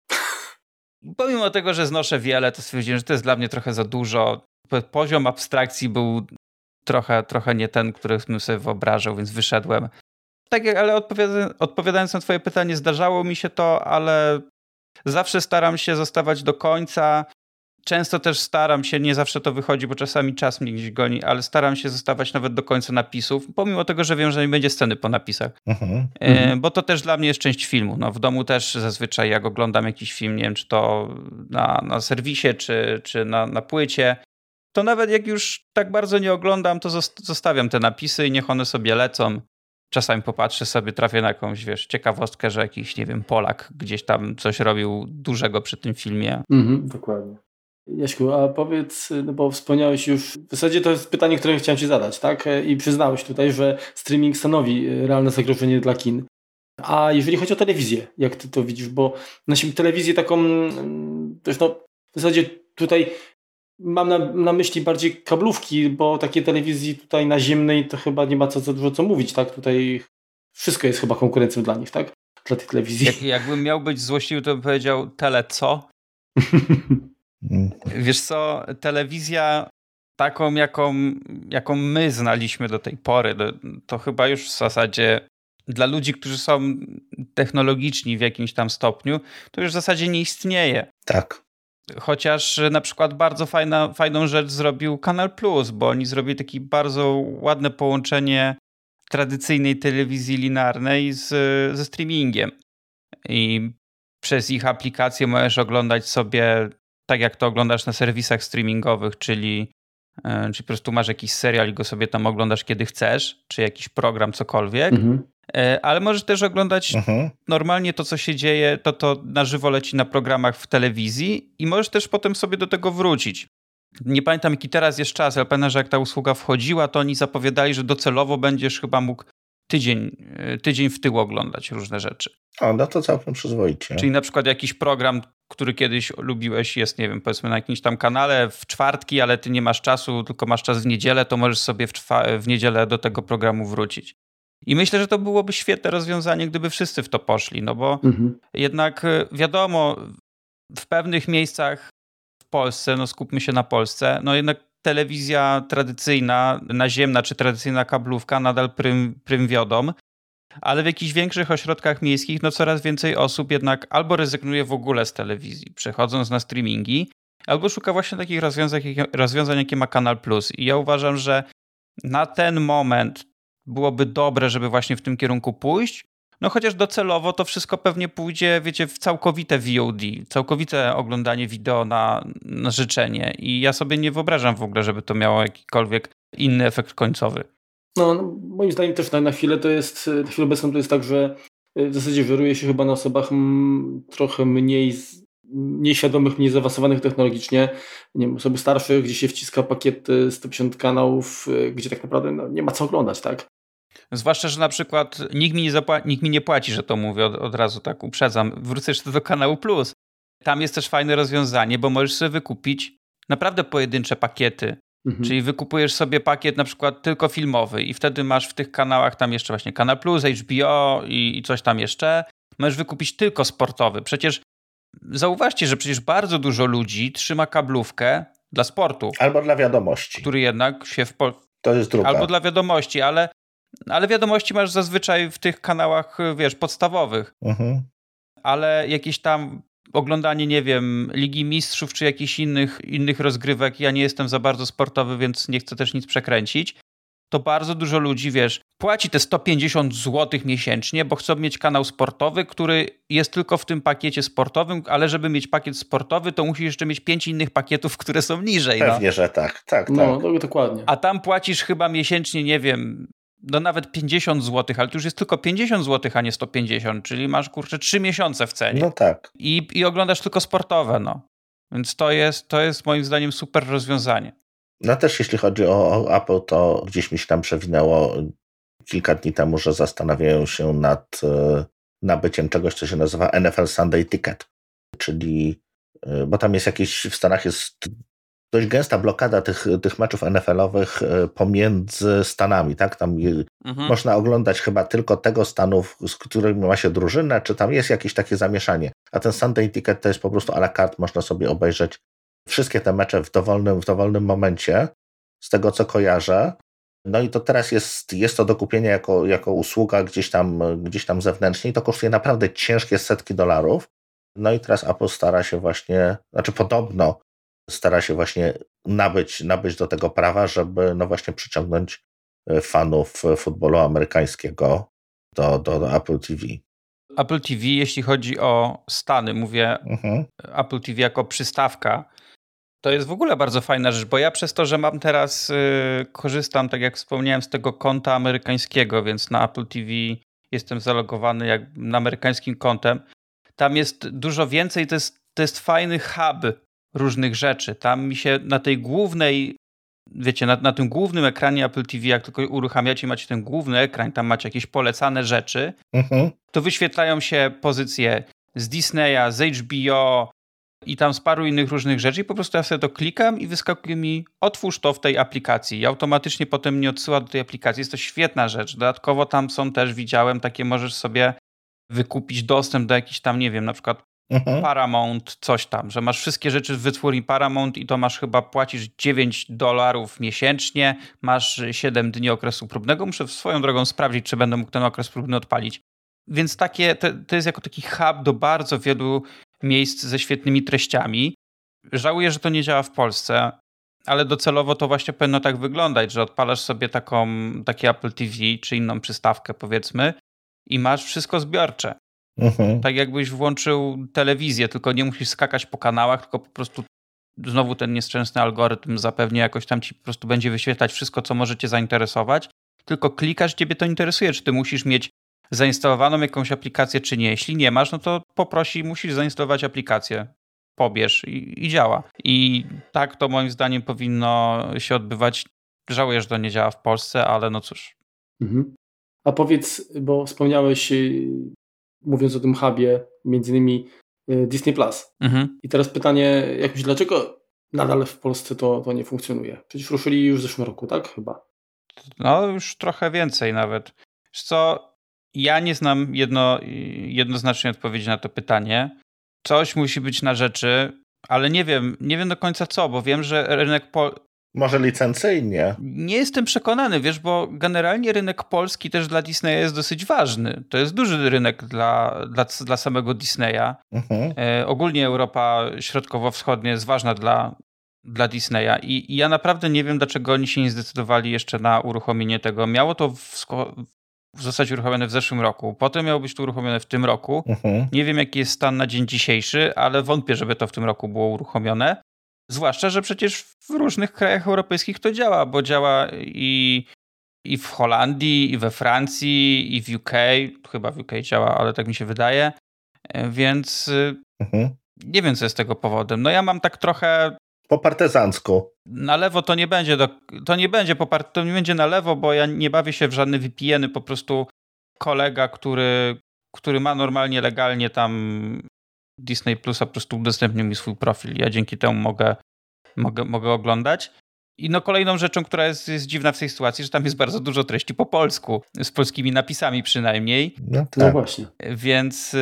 Pomimo tego, że znoszę wiele, to stwierdziłem, że to jest dla mnie trochę za dużo. Poziom abstrakcji był trochę nie ten, który bym sobie wyobrażał, więc wyszedłem. Tak, ale odpowiadając na twoje pytanie, zdarzało mi się to, ale zawsze staram się zostawać do końca. Często też staram się, nie zawsze to wychodzi, bo czasami czas mnie gdzieś goni, ale staram się zostawać nawet do końca napisów, pomimo tego, że wiem, że nie będzie sceny po napisach. Bo to też dla mnie jest część filmu. No, w domu też zazwyczaj jak oglądam jakiś film, nie wiem, czy to na serwisie, czy na płycie, to nawet jak już tak bardzo nie oglądam, to zostawiam te napisy i niech one sobie lecą. Czasami popatrzę sobie, trafię na jakąś, ciekawostkę, że jakiś, nie wiem, Polak gdzieś tam coś robił dużego przy tym filmie. Dokładnie. Jaśku, a powiedz, no bo wspomniałeś już, w zasadzie to jest pytanie, które chciałem Ci zadać, tak? I przyznałeś tutaj, że streaming stanowi realne zagrożenie dla kin. A jeżeli chodzi o telewizję, jak Ty to widzisz? Bo telewizję taką, też no, w zasadzie tutaj mam na myśli bardziej kablówki, bo takiej telewizji tutaj naziemnej to chyba nie ma za dużo co mówić, tak? Tutaj wszystko jest chyba konkurencją dla nich, tak? Dla tej telewizji. Jakbym miał być złośliwy, to bym powiedział tele co? Wiesz co, telewizja taką, jaką my znaliśmy do tej pory, to chyba już w zasadzie dla ludzi, którzy są technologiczni w jakimś tam stopniu, to już w zasadzie nie istnieje. Tak. Chociaż na przykład bardzo fajną rzecz zrobił Kanal Plus, bo oni zrobili takie bardzo ładne połączenie tradycyjnej telewizji linearnej ze streamingiem. I przez ich aplikację możesz oglądać sobie tak, jak to oglądasz na serwisach streamingowych, czyli po prostu masz jakiś serial i go sobie tam oglądasz kiedy chcesz, czy jakiś program, cokolwiek. Ale możesz też oglądać normalnie to, co się dzieje, to na żywo leci na programach w telewizji i możesz też potem sobie do tego wrócić. Nie pamiętam, jaki teraz jest czas, ale pamiętam, że jak ta usługa wchodziła, to oni zapowiadali, że docelowo będziesz chyba mógł tydzień w tył oglądać różne rzeczy. O, no to całkiem przyzwoicie. Czyli na przykład jakiś program, który kiedyś lubiłeś, jest, nie wiem, powiedzmy na jakimś tam kanale w czwartki, ale ty nie masz czasu, tylko masz czas w niedzielę, to możesz sobie w niedzielę do tego programu wrócić. I myślę, że to byłoby świetne rozwiązanie, gdyby wszyscy w to poszli, no bo jednak wiadomo, w pewnych miejscach w Polsce, no skupmy się na Polsce, no jednak telewizja tradycyjna, naziemna czy tradycyjna kablówka nadal prym wiodą, ale w jakichś większych ośrodkach miejskich no coraz więcej osób jednak albo rezygnuje w ogóle z telewizji, przechodząc na streamingi, albo szuka właśnie takich rozwiązań, jakie ma Kanal Plus. I ja uważam, że na ten moment byłoby dobre, żeby właśnie w tym kierunku pójść, no chociaż docelowo to wszystko pewnie pójdzie, wiecie, w całkowite VOD, całkowite oglądanie wideo na życzenie i ja sobie nie wyobrażam w ogóle, żeby to miało jakikolwiek inny efekt końcowy. No moim zdaniem też na chwilę obecną to jest tak, że w zasadzie wyruje się chyba na osobach trochę mniej świadomych, mniej zaawansowanych technologicznie, nie wiem, osoby starszych, gdzie się wciska pakiet 150 kanałów, gdzie tak naprawdę no, nie ma co oglądać, tak? Zwłaszcza, że na przykład nikt mi nie płaci, że to mówię, od razu tak uprzedzam. Wrócę jeszcze do Kanału Plus. Tam jest też fajne rozwiązanie, bo możesz sobie wykupić naprawdę pojedyncze pakiety. Czyli wykupujesz sobie pakiet na przykład tylko filmowy i wtedy masz w tych kanałach tam jeszcze właśnie Kanal Plus, HBO i coś tam jeszcze. Możesz wykupić tylko sportowy. Przecież zauważcie, że przecież bardzo dużo ludzi trzyma kablówkę dla sportu. Albo dla wiadomości. Który jednak się To jest druga. Albo dla wiadomości, ale wiadomości masz zazwyczaj w tych kanałach, wiesz, podstawowych. Ale jakieś tam oglądanie, nie wiem, Ligi Mistrzów czy jakichś innych rozgrywek, ja nie jestem za bardzo sportowy, więc nie chcę też nic przekręcić, to bardzo dużo ludzi, wiesz, płaci te 150 zł miesięcznie, bo chcą mieć kanał sportowy, który jest tylko w tym pakiecie sportowym, ale żeby mieć pakiet sportowy, to musisz jeszcze mieć 5 innych pakietów, które są niżej. Pewnie, że tak. No, dokładnie. A tam płacisz chyba miesięcznie, nie wiem, no nawet 50 zł, ale to już jest tylko 50 zł, a nie 150, czyli masz, kurczę, 3 miesiące w cenie. No tak. I oglądasz tylko sportowe, no. Więc to jest moim zdaniem super rozwiązanie. No też jeśli chodzi o Apple, to gdzieś mi się tam przewinęło kilka dni temu, że zastanawiają się nad nabyciem czegoś, co się nazywa NFL Sunday Ticket, czyli, bo tam jest w Stanach jest dość gęsta blokada tych meczów NFL-owych pomiędzy stanami, tak? Tam można oglądać chyba tylko tego stanu, z którym ma się drużynę, czy tam jest jakieś takie zamieszanie. A ten Sunday Ticket to jest po prostu à la carte, można sobie obejrzeć wszystkie te mecze w dowolnym momencie, z tego co kojarzę. No i to teraz jest to do kupienia jako usługa gdzieś tam zewnętrznie i to kosztuje naprawdę ciężkie setki dolarów. No i teraz Apple podobno stara się właśnie nabyć do tego prawa, żeby no właśnie przyciągnąć fanów futbolu amerykańskiego do Apple TV. Apple TV, jeśli chodzi o Stany, mówię Apple TV jako przystawka, to jest w ogóle bardzo fajna rzecz, bo ja przez to, że mam teraz, korzystam, tak jak wspomniałem, z tego konta amerykańskiego, więc na Apple TV jestem zalogowany jak amerykańskim kontem. Tam jest dużo więcej, to jest fajny hub różnych rzeczy. Tam mi się na tej głównej, wiecie, na tym głównym ekranie Apple TV, jak tylko uruchamiacie, macie ten główny ekran, tam macie jakieś polecane rzeczy, to wyświetlają się pozycje z Disneya, z HBO i tam z paru innych różnych rzeczy i po prostu ja sobie to klikam i wyskakuje mi otwórz to w tej aplikacji. I automatycznie potem mnie odsyła do tej aplikacji. Jest to świetna rzecz. Dodatkowo tam są też, widziałem, takie możesz sobie wykupić dostęp do jakichś tam, nie wiem, na przykład Paramount, coś tam, że masz wszystkie rzeczy w wytwórni Paramount i to masz chyba, płacisz $9 miesięcznie, masz 7 dni okresu próbnego. Muszę swoją drogą sprawdzić, czy będę mógł ten okres próbny odpalić. Więc to jest jako taki hub do bardzo wielu miejsc ze świetnymi treściami. Żałuję, że to nie działa w Polsce, ale docelowo to właśnie powinno tak wyglądać, że odpalasz sobie takie Apple TV czy inną przystawkę, powiedzmy, i masz wszystko zbiorcze. Tak jakbyś włączył telewizję, tylko nie musisz skakać po kanałach, tylko po prostu znowu ten nieszczęsny algorytm zapewnie jakoś tam ci po prostu będzie wyświetlać wszystko, co może cię zainteresować, tylko klikasz, ciebie to interesuje, czy ty musisz mieć zainstalowaną jakąś aplikację, czy nie. Jeśli nie masz, no to musisz zainstalować aplikację. Pobierz i działa. I tak to moim zdaniem powinno się odbywać. Żałuję, że to nie działa w Polsce, ale no cóż. A powiedz, bo wspomniałeś, mówiąc o tym hubie, między innymi Disney Plus. I teraz pytanie, dlaczego nadal w Polsce to nie funkcjonuje? Przecież ruszyli już w zeszłym roku, tak? Chyba. No już trochę więcej nawet. Wiesz co, ja nie znam jednoznacznej odpowiedzi na to pytanie. Coś musi być na rzeczy, ale nie wiem do końca co, bo wiem, że rynek Może licencyjnie? Nie jestem przekonany, wiesz, bo generalnie rynek polski też dla Disneya jest dosyć ważny. To jest duży rynek dla samego Disneya. Ogólnie Europa Środkowo-Wschodnia jest ważna dla Disneya i ja naprawdę nie wiem, dlaczego oni się nie zdecydowali jeszcze na uruchomienie tego. Miało to zostać uruchomione w zeszłym roku. Potem miało być to uruchomione w tym roku. Nie wiem, jaki jest stan na dzień dzisiejszy, ale wątpię, żeby to w tym roku było uruchomione. Zwłaszcza, że przecież w różnych krajach europejskich to działa, bo działa i w Holandii, i we Francji, i w UK. Chyba w UK działa, ale tak mi się wydaje. Więc nie wiem, co jest tego powodem. No ja mam tak trochę... Po partyzancku. Na lewo to nie będzie to nie będzie na lewo, bo ja nie bawię się w żadne VPN-y. Po prostu kolega, który ma normalnie, legalnie tam Disney Plusa, po prostu udostępnił mi swój profil. Ja dzięki temu mogę oglądać. I no kolejną rzeczą, która jest dziwna w tej sytuacji, że tam jest bardzo dużo treści po polsku, z polskimi napisami przynajmniej. No właśnie. Więc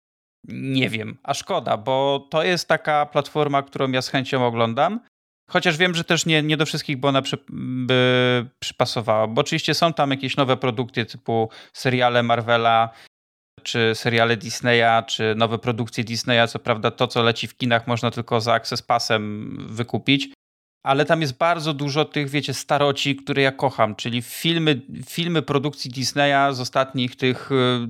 nie wiem, a szkoda, bo to jest taka platforma, którą ja z chęcią oglądam. Chociaż wiem, że też nie do wszystkich by ona by przypasowała, bo oczywiście są tam jakieś nowe produkcje typu seriale Marvela, czy seriale Disneya, czy nowe produkcje Disneya. Co prawda to, co leci w kinach, można tylko za Access Passem wykupić, ale tam jest bardzo dużo tych, wiecie, staroci, które ja kocham, czyli filmy produkcji Disneya z ostatnich tych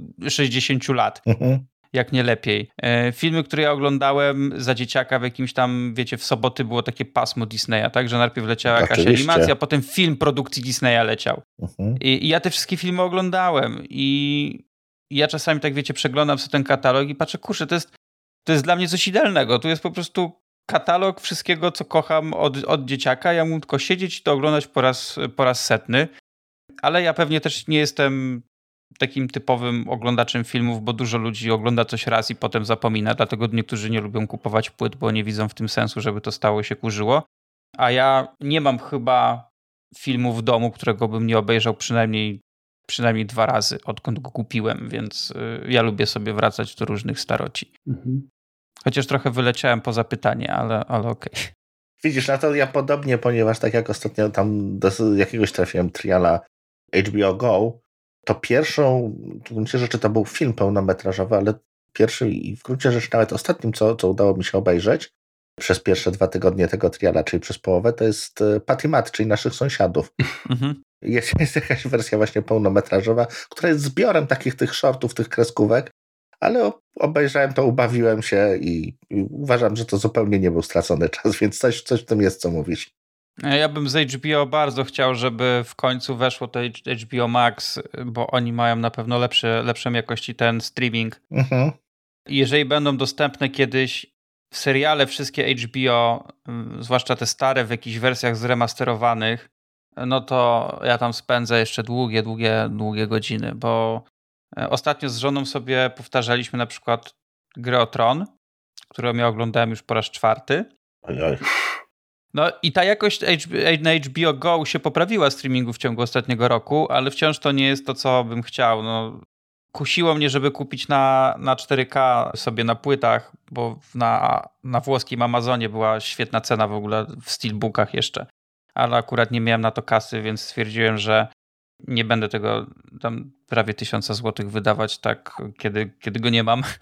60 lat. Jak nie lepiej. Filmy, które ja oglądałem za dzieciaka w jakimś tam, wiecie, w soboty było takie pasmo Disneya, tak? Że najpierw leciała jakaś animacja, a potem film produkcji Disneya leciał. I ja te wszystkie filmy oglądałem i ja czasami tak, wiecie, przeglądam sobie ten katalog i patrzę, kurczę, to jest dla mnie coś idealnego. Tu jest po prostu katalog wszystkiego, co kocham od dzieciaka. Ja mógł tylko siedzieć i to oglądać po raz setny. Ale ja pewnie też nie jestem takim typowym oglądaczem filmów, bo dużo ludzi ogląda coś raz i potem zapomina, dlatego niektórzy nie lubią kupować płyt, bo nie widzą w tym sensu, żeby to stało się kurzyło. A ja nie mam chyba filmu w domu, którego bym nie obejrzał przynajmniej 2 razy, odkąd go kupiłem, więc ja lubię sobie wracać do różnych staroci. Chociaż trochę wyleciałem poza pytanie, ale okej. Widzisz, na to ja podobnie, ponieważ tak jak ostatnio tam do jakiegoś trafiłem triala HBO Go, to pierwszą, w gruncie rzeczy to był film pełnometrażowy, ale pierwszy i w gruncie rzeczy nawet ostatnim, co udało mi się obejrzeć przez pierwsze 2 tygodnie tego triala, czyli przez połowę, to jest Patty Mat, czyli Naszych Sąsiadów. Jest jakaś wersja właśnie pełnometrażowa, która jest zbiorem takich tych shortów, tych kreskówek, ale obejrzałem to, ubawiłem się i uważam, że to zupełnie nie był stracony czas, więc coś w tym jest, co mówisz. Ja bym z HBO bardzo chciał, żeby w końcu weszło to HBO Max, bo oni mają na pewno lepszą jakości ten streaming. I jeżeli będą dostępne kiedyś, seriale wszystkie HBO, zwłaszcza te stare w jakichś wersjach zremasterowanych, no to ja tam spędzę jeszcze długie godziny, bo ostatnio z żoną sobie powtarzaliśmy na przykład Grę o Tron, którą ja oglądałem już po raz 4. Ojoj. No i ta jakość na HBO Go się poprawiła streamingu w ciągu ostatniego roku, ale wciąż to nie jest to, co bym chciał. No, kusiło mnie, żeby kupić na 4K sobie na płytach, bo na włoskim Amazonie była świetna cena w ogóle w steelbookach jeszcze. Ale akurat nie miałem na to kasy, więc stwierdziłem, że nie będę tego tam prawie 1000 złotych wydawać tak, kiedy go nie mam.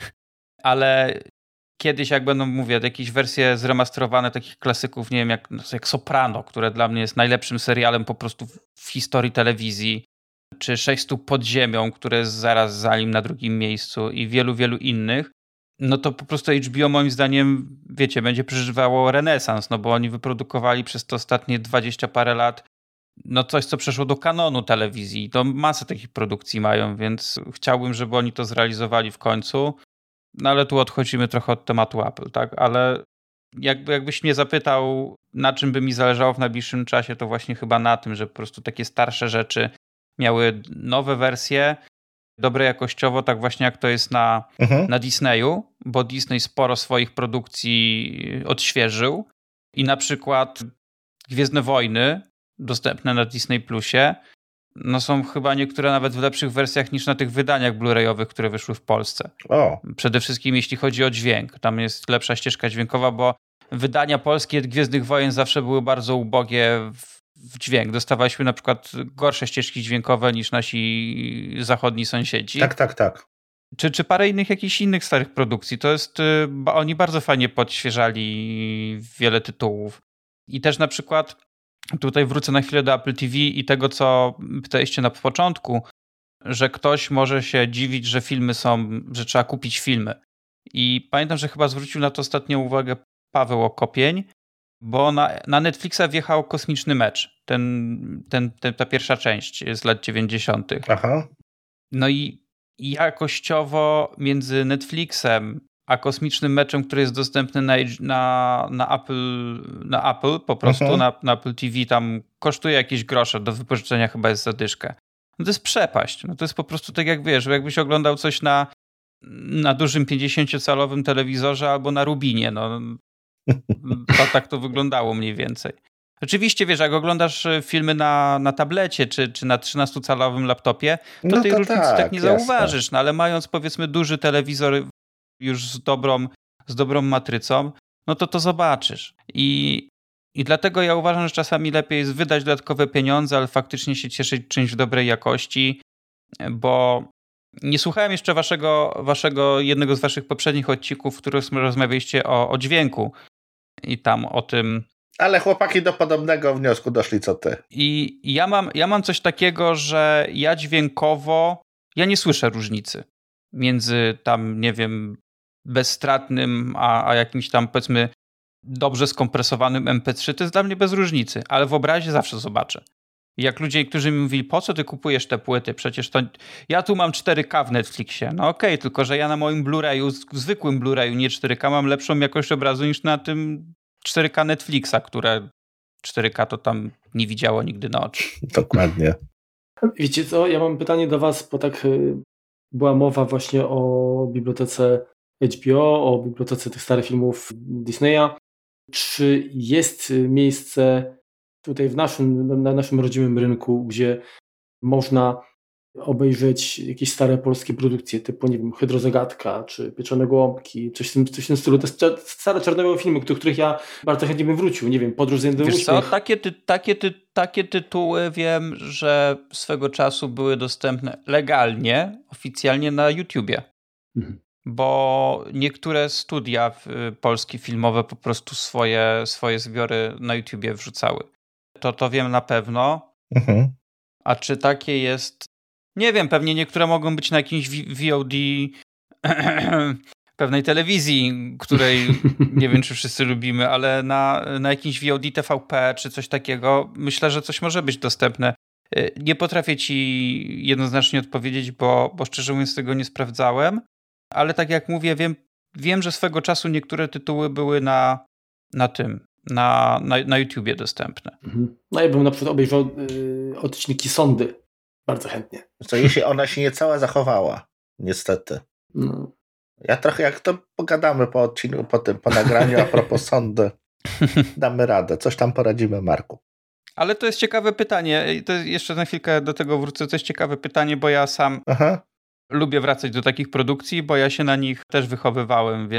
Ale kiedyś jak będą, mówię, jakieś wersje zremasterowane takich klasyków, nie wiem, jak Soprano, które dla mnie jest najlepszym serialem po prostu w historii telewizji, czy 6 stóp pod ziemią, które jest zaraz za nim na drugim miejscu i wielu innych, no to po prostu HBO moim zdaniem, wiecie, będzie przeżywało renesans, no bo oni wyprodukowali przez te ostatnie 20 parę lat no coś, co przeszło do kanonu telewizji. To masę takich produkcji mają, więc chciałbym, żeby oni to zrealizowali w końcu. No ale tu odchodzimy trochę od tematu Apple, tak? Ale jakbyś mnie zapytał, na czym by mi zależało w najbliższym czasie, to właśnie chyba na tym, że po prostu takie starsze rzeczy miały nowe wersje, dobre jakościowo, tak właśnie jak to jest na Disneyu, bo Disney sporo swoich produkcji odświeżył i na przykład Gwiezdne Wojny dostępne na Disney Plusie no są chyba niektóre nawet w lepszych wersjach niż na tych wydaniach blu-rayowych, które wyszły w Polsce. Przede wszystkim jeśli chodzi o dźwięk. Tam jest lepsza ścieżka dźwiękowa, bo wydania polskie Gwiezdnych Wojen zawsze były bardzo ubogie w dźwięk. Dostawaliśmy na przykład gorsze ścieżki dźwiękowe niż nasi zachodni sąsiedzi. Tak. Czy parę jakichś innych starych produkcji. To jest, oni bardzo fajnie podświeżali wiele tytułów. I też na przykład tutaj wrócę na chwilę do Apple TV i tego, co pytaliście na początku, że ktoś może się dziwić, że filmy że trzeba kupić filmy. I pamiętam, że chyba zwrócił na to ostatnio uwagę Paweł Okopień, bo na Netflixa wjechał Kosmiczny Mecz. Ta pierwsza część z lat 90. Aha. No i jakościowo między Netflixem a Kosmicznym Meczem, który jest dostępny na Apple po prostu, na Apple TV, tam kosztuje jakieś grosze, do wypożyczenia chyba jest zadyszkę. No to jest przepaść. No to jest po prostu tak jak wiesz, jakbyś oglądał coś na dużym 50-calowym telewizorze albo na Rubinie. No, tak to wyglądało mniej więcej. Oczywiście, wiesz, jak oglądasz filmy na tablecie czy na 13-calowym laptopie, to tej różnicy tak nie zauważysz. No ale mając powiedzmy duży telewizor już z dobrą matrycą, no to zobaczysz. I dlatego ja uważam, że czasami lepiej jest wydać dodatkowe pieniądze, ale faktycznie się cieszyć czymś w dobrej jakości, bo nie słuchałem jeszcze jednego z waszych poprzednich odcinków, w których rozmawialiście o dźwięku i tam o tym. Ale chłopaki do podobnego wniosku doszli co ty. I ja mam coś takiego, że ja dźwiękowo, ja nie słyszę różnicy między tam, nie wiem, bezstratnym, a jakimś tam, powiedzmy, dobrze skompresowanym MP3, to jest dla mnie bez różnicy, ale w obrazie zawsze zobaczę. Jak ludzie, którzy mi mówili, po co ty kupujesz te płyty? Przecież to... Ja tu mam 4K w Netflixie. No okej, tylko że ja na moim Blu-rayu, zwykłym Blu-rayu, nie 4K, mam lepszą jakość obrazu niż na tym 4K Netflixa, które 4K to tam nie widziało nigdy na oczy. Dokładnie. Wiecie co, ja mam pytanie do was, bo tak była mowa właśnie o bibliotece HBO, o bibliotece tych starych filmów Disneya. Czy jest miejsce tutaj na naszym rodzimym rynku, gdzie można obejrzeć jakieś stare polskie produkcje typu, nie wiem, Hydrozagadka, czy Pieczone Gołąbki, coś w tym stylu. Te stare czarno-białe filmy, do których ja bardzo chętnie bym wrócił. Nie wiem, Podróż z Jednym Wiesz Uśmiech. co, takie tytuły wiem, że swego czasu były dostępne legalnie, oficjalnie na YouTubie. Bo niektóre studia polskie filmowe po prostu swoje zbiory na YouTubie wrzucały. To wiem na pewno. A czy takie jest... Nie wiem, pewnie niektóre mogą być na jakimś VOD pewnej telewizji, której nie wiem, czy wszyscy lubimy, ale na jakimś VOD TVP czy coś takiego, myślę, że coś może być dostępne. Nie potrafię ci jednoznacznie odpowiedzieć, bo szczerze mówiąc tego nie sprawdzałem, ale tak jak mówię, wiem wiem, że swego czasu niektóre tytuły były na YouTubie dostępne. No ja bym na przykład obejrzał odcinki Sondy bardzo chętnie. Co jeśli ona się nie cała zachowała, niestety. No. Ja trochę jak to pogadamy po odcinku, po nagraniu a propos Sondy. Damy radę, coś tam poradzimy, Marku. Ale to jest ciekawe pytanie. I to jeszcze na chwilkę do tego wrócę. To jest ciekawe pytanie, bo ja sam lubię wracać do takich produkcji, bo ja się na nich też wychowywałem,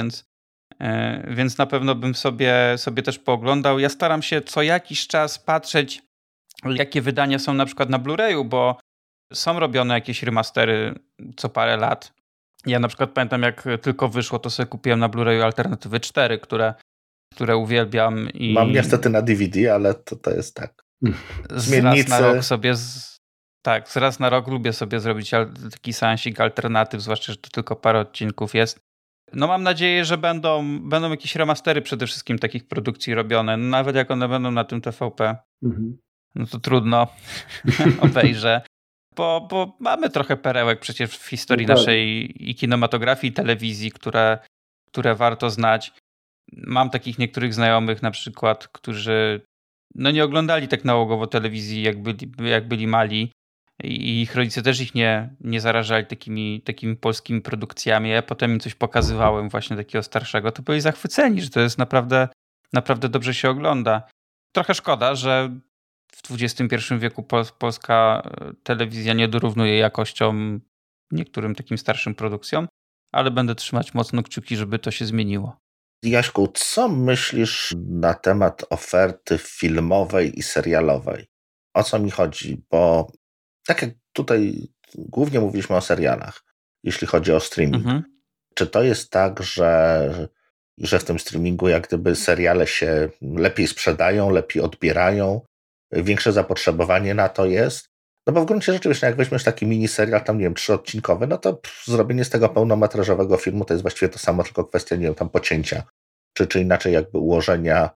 więc na pewno bym sobie też pooglądał. Ja staram się co jakiś czas patrzeć, jakie wydania są na przykład na Blu-rayu, bo są robione jakieś remastery co parę lat. Ja na przykład pamiętam, jak tylko wyszło, to sobie kupiłem na Blu-rayu Alternatywy 4, które uwielbiam. Mam niestety na DVD, ale to jest tak. Zmiennicy. Raz na rok sobie raz na rok lubię sobie zrobić taki seansik alternatyw, zwłaszcza, że to tylko parę odcinków jest. No mam nadzieję, że będą jakieś remastery przede wszystkim takich produkcji robione. No, nawet jak one będą na tym TVP, no to trudno obejrzę. Bo mamy trochę perełek przecież w historii naszej i kinematografii, i telewizji, które warto znać. Mam takich niektórych znajomych na przykład, którzy nie oglądali tak nałogowo telewizji, jak byli mali i ich rodzice też ich nie zarażali takimi polskimi produkcjami. Ja potem im coś pokazywałem właśnie takiego starszego, to byli zachwyceni, że to jest naprawdę dobrze się ogląda. Trochę szkoda, że w XXI wieku polska telewizja nie dorównuje jakością niektórym takim starszym produkcjom, ale będę trzymać mocno kciuki, żeby to się zmieniło. Jaśku, co myślisz na temat oferty filmowej i serialowej? O co mi chodzi? Bo tak jak tutaj głównie mówiliśmy o serialach, jeśli chodzi o streaming. Czy to jest tak, że w tym streamingu jak gdyby seriale się lepiej sprzedają, lepiej odbierają, większe zapotrzebowanie na to jest? No bo w gruncie rzeczywiście, jak weźmiesz taki miniserial, tam nie wiem, 3-odcinkowy, no to zrobienie z tego pełnometrażowego filmu to jest właściwie to samo, tylko kwestia, nie wiem, tam pocięcia, czy inaczej jakby ułożenia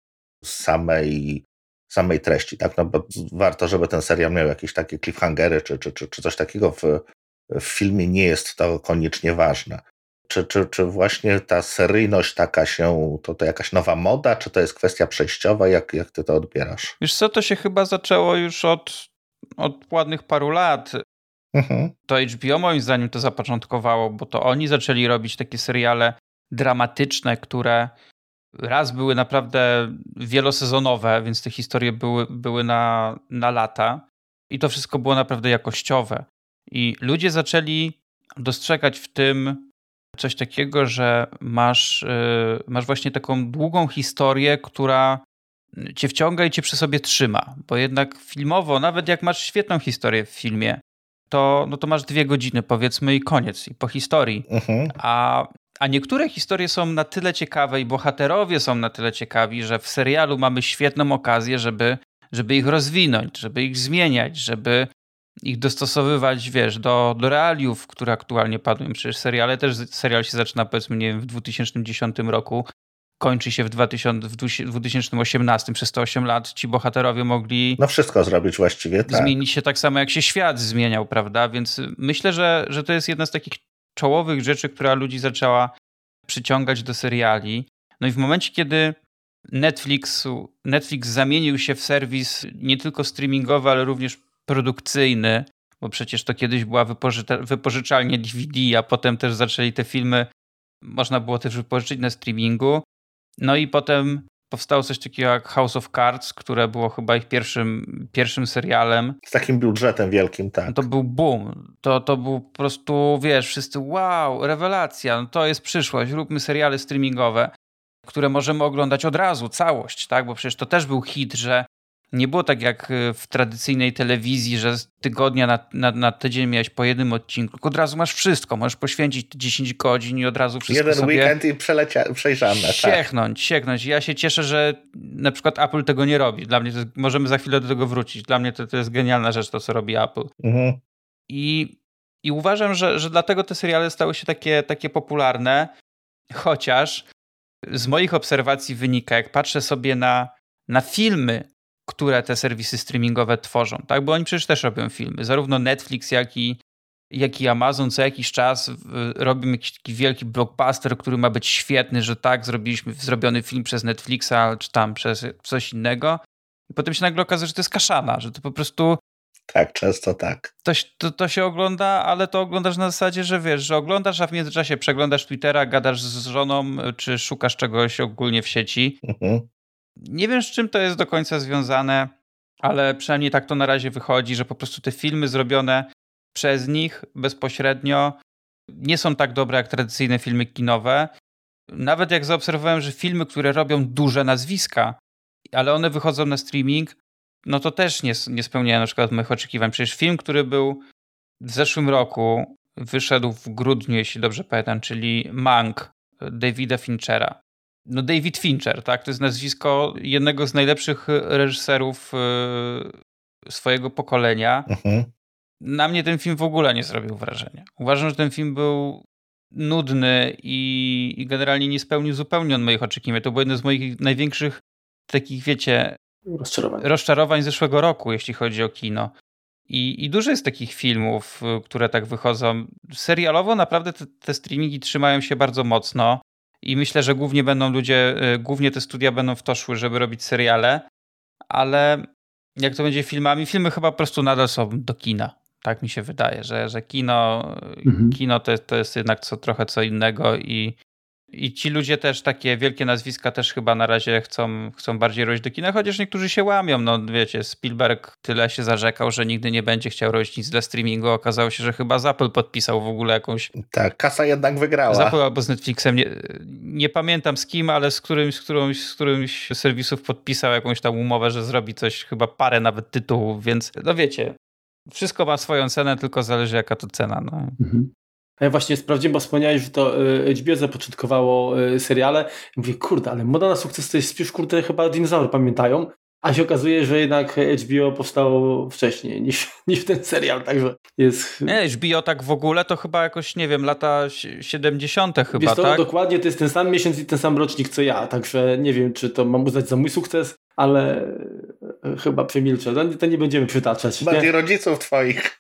samej treści, tak? No bo warto, żeby ten serial miał jakieś takie cliffhangery, czy coś takiego w filmie, nie jest to koniecznie ważne. Czy właśnie ta seryjność taka to jakaś nowa moda, czy to jest kwestia przejściowa? Jak ty to odbierasz? Wiesz co, to się chyba zaczęło już od ładnych paru lat. To HBO moim zdaniem to zapoczątkowało, bo to oni zaczęli robić takie seriale dramatyczne, które raz były naprawdę wielosezonowe, więc te historie były na lata i to wszystko było naprawdę jakościowe. I ludzie zaczęli dostrzegać w tym coś takiego, że masz właśnie taką długą historię, która cię wciąga i cię przy sobie trzyma. Bo jednak filmowo, nawet jak masz świetną historię w filmie, to masz 2 godziny powiedzmy i koniec, i po historii. A niektóre historie są na tyle ciekawe i bohaterowie są na tyle ciekawi, że w serialu mamy świetną okazję, żeby ich rozwinąć, żeby ich zmieniać, żeby ich dostosowywać, wiesz, do realiów, które aktualnie panują. Przecież serial się zaczyna, powiedzmy, nie wiem, w 2010 roku, kończy się w 2018. Przez te 8 lat ci bohaterowie mogli wszystko zrobić właściwie, tak. Zmienić się tak samo, jak się świat zmieniał, prawda? Więc myślę, że to jest jedna z takich czołowych rzeczy, która ludzi zaczęła przyciągać do seriali. No i w momencie, kiedy Netflix zamienił się w serwis nie tylko streamingowy, ale również produkcyjny, bo przecież to kiedyś była wypożyczalnia DVD, a potem też zaczęli te filmy, można było też wypożyczyć na streamingu. No i potem powstało coś takiego jak House of Cards, które było chyba ich pierwszym serialem. Z takim budżetem wielkim, tak. To był boom. To był po prostu, wiesz, wszyscy wow, rewelacja, to jest przyszłość, róbmy seriale streamingowe, które możemy oglądać od razu, całość, tak? Bo przecież to też był hit, że nie było tak jak w tradycyjnej telewizji, że z tygodnia na tydzień miałeś po jednym odcinku, tylko od razu masz wszystko, możesz poświęcić 10 godzin i od razu wszystko jeden sobie weekend i przejrzane. Sieknąć. Ja się cieszę, że na przykład Apple tego nie robi. Dla mnie możemy za chwilę do tego wrócić. Dla mnie to jest genialna rzecz, to co robi Apple. I uważam, że dlatego te seriale stały się takie popularne, chociaż z moich obserwacji wynika, jak patrzę sobie na filmy, które te serwisy streamingowe tworzą, tak? Bo oni przecież też robią filmy. Zarówno Netflix, jak i jak i Amazon co jakiś czas robią jakiś taki wielki blockbuster, który ma być świetny, że tak, zrobiony film przez Netflixa, czy tam przez coś innego. I potem się nagle okazuje, że to jest kaszana, że to po prostu... Tak, często tak. To się ogląda, ale to oglądasz na zasadzie, że wiesz, że oglądasz, a w międzyczasie przeglądasz Twittera, gadasz z żoną, czy szukasz czegoś ogólnie w sieci. Nie wiem, z czym to jest do końca związane, ale przynajmniej tak to na razie wychodzi, że po prostu te filmy zrobione przez nich bezpośrednio nie są tak dobre jak tradycyjne filmy kinowe. Nawet jak zaobserwowałem, że filmy, które robią duże nazwiska, ale one wychodzą na streaming, no to też nie spełniają na przykład moich oczekiwań. Przecież film, który był w zeszłym roku, wyszedł w grudniu, jeśli dobrze pamiętam, czyli Mank Davida Finchera. No David Fincher, tak? To jest nazwisko jednego z najlepszych reżyserów swojego pokolenia. Na mnie ten film w ogóle nie zrobił wrażenia. Uważam, że ten film był nudny i generalnie nie spełnił zupełnie moich oczekiwań. To był jeden z moich największych takich, wiecie, rozczarowań zeszłego roku, jeśli chodzi o kino. I dużo jest takich filmów, które tak wychodzą. Serialowo naprawdę te streamingi trzymają się bardzo mocno i myślę, że głównie te studia będą w to szły, żeby robić seriale, ale jak to będzie filmami, filmy chyba po prostu nadal są do kina. Tak mi się wydaje, że kino to jest jednak trochę co innego i ci ludzie też, takie wielkie nazwiska też chyba na razie chcą bardziej robić do kina, chociaż niektórzy się łamią. No wiecie, Spielberg tyle się zarzekał, że nigdy nie będzie chciał robić nic dla streamingu. Okazało się, że chyba z Apple podpisał w ogóle jakąś... Tak, kasa jednak wygrała. Z Apple albo z Netflixem. Nie pamiętam z kim, ale z którymś serwisów podpisał jakąś tam umowę, że zrobi coś, chyba parę nawet tytułów, więc no wiecie, wszystko ma swoją cenę, tylko zależy jaka to cena. No. Ja właśnie sprawdziłem, bo wspomniałeś, że to HBO zapoczątkowało seriale. I mówię, kurde, ale moda na sukces to jest już, kurde, chyba dinozaury pamiętają. A się okazuje, że jednak HBO powstało wcześniej niż ten serial, także jest... Nie, HBO tak w ogóle to chyba jakoś, nie wiem, lata 70. chyba, wiesz to, tak? Dokładnie, to jest ten sam miesiąc i ten sam rocznik co ja, także nie wiem, czy to mam uznać za mój sukces, ale chyba przemilczę. To nie będziemy przytaczać. Bardziej rodziców twoich.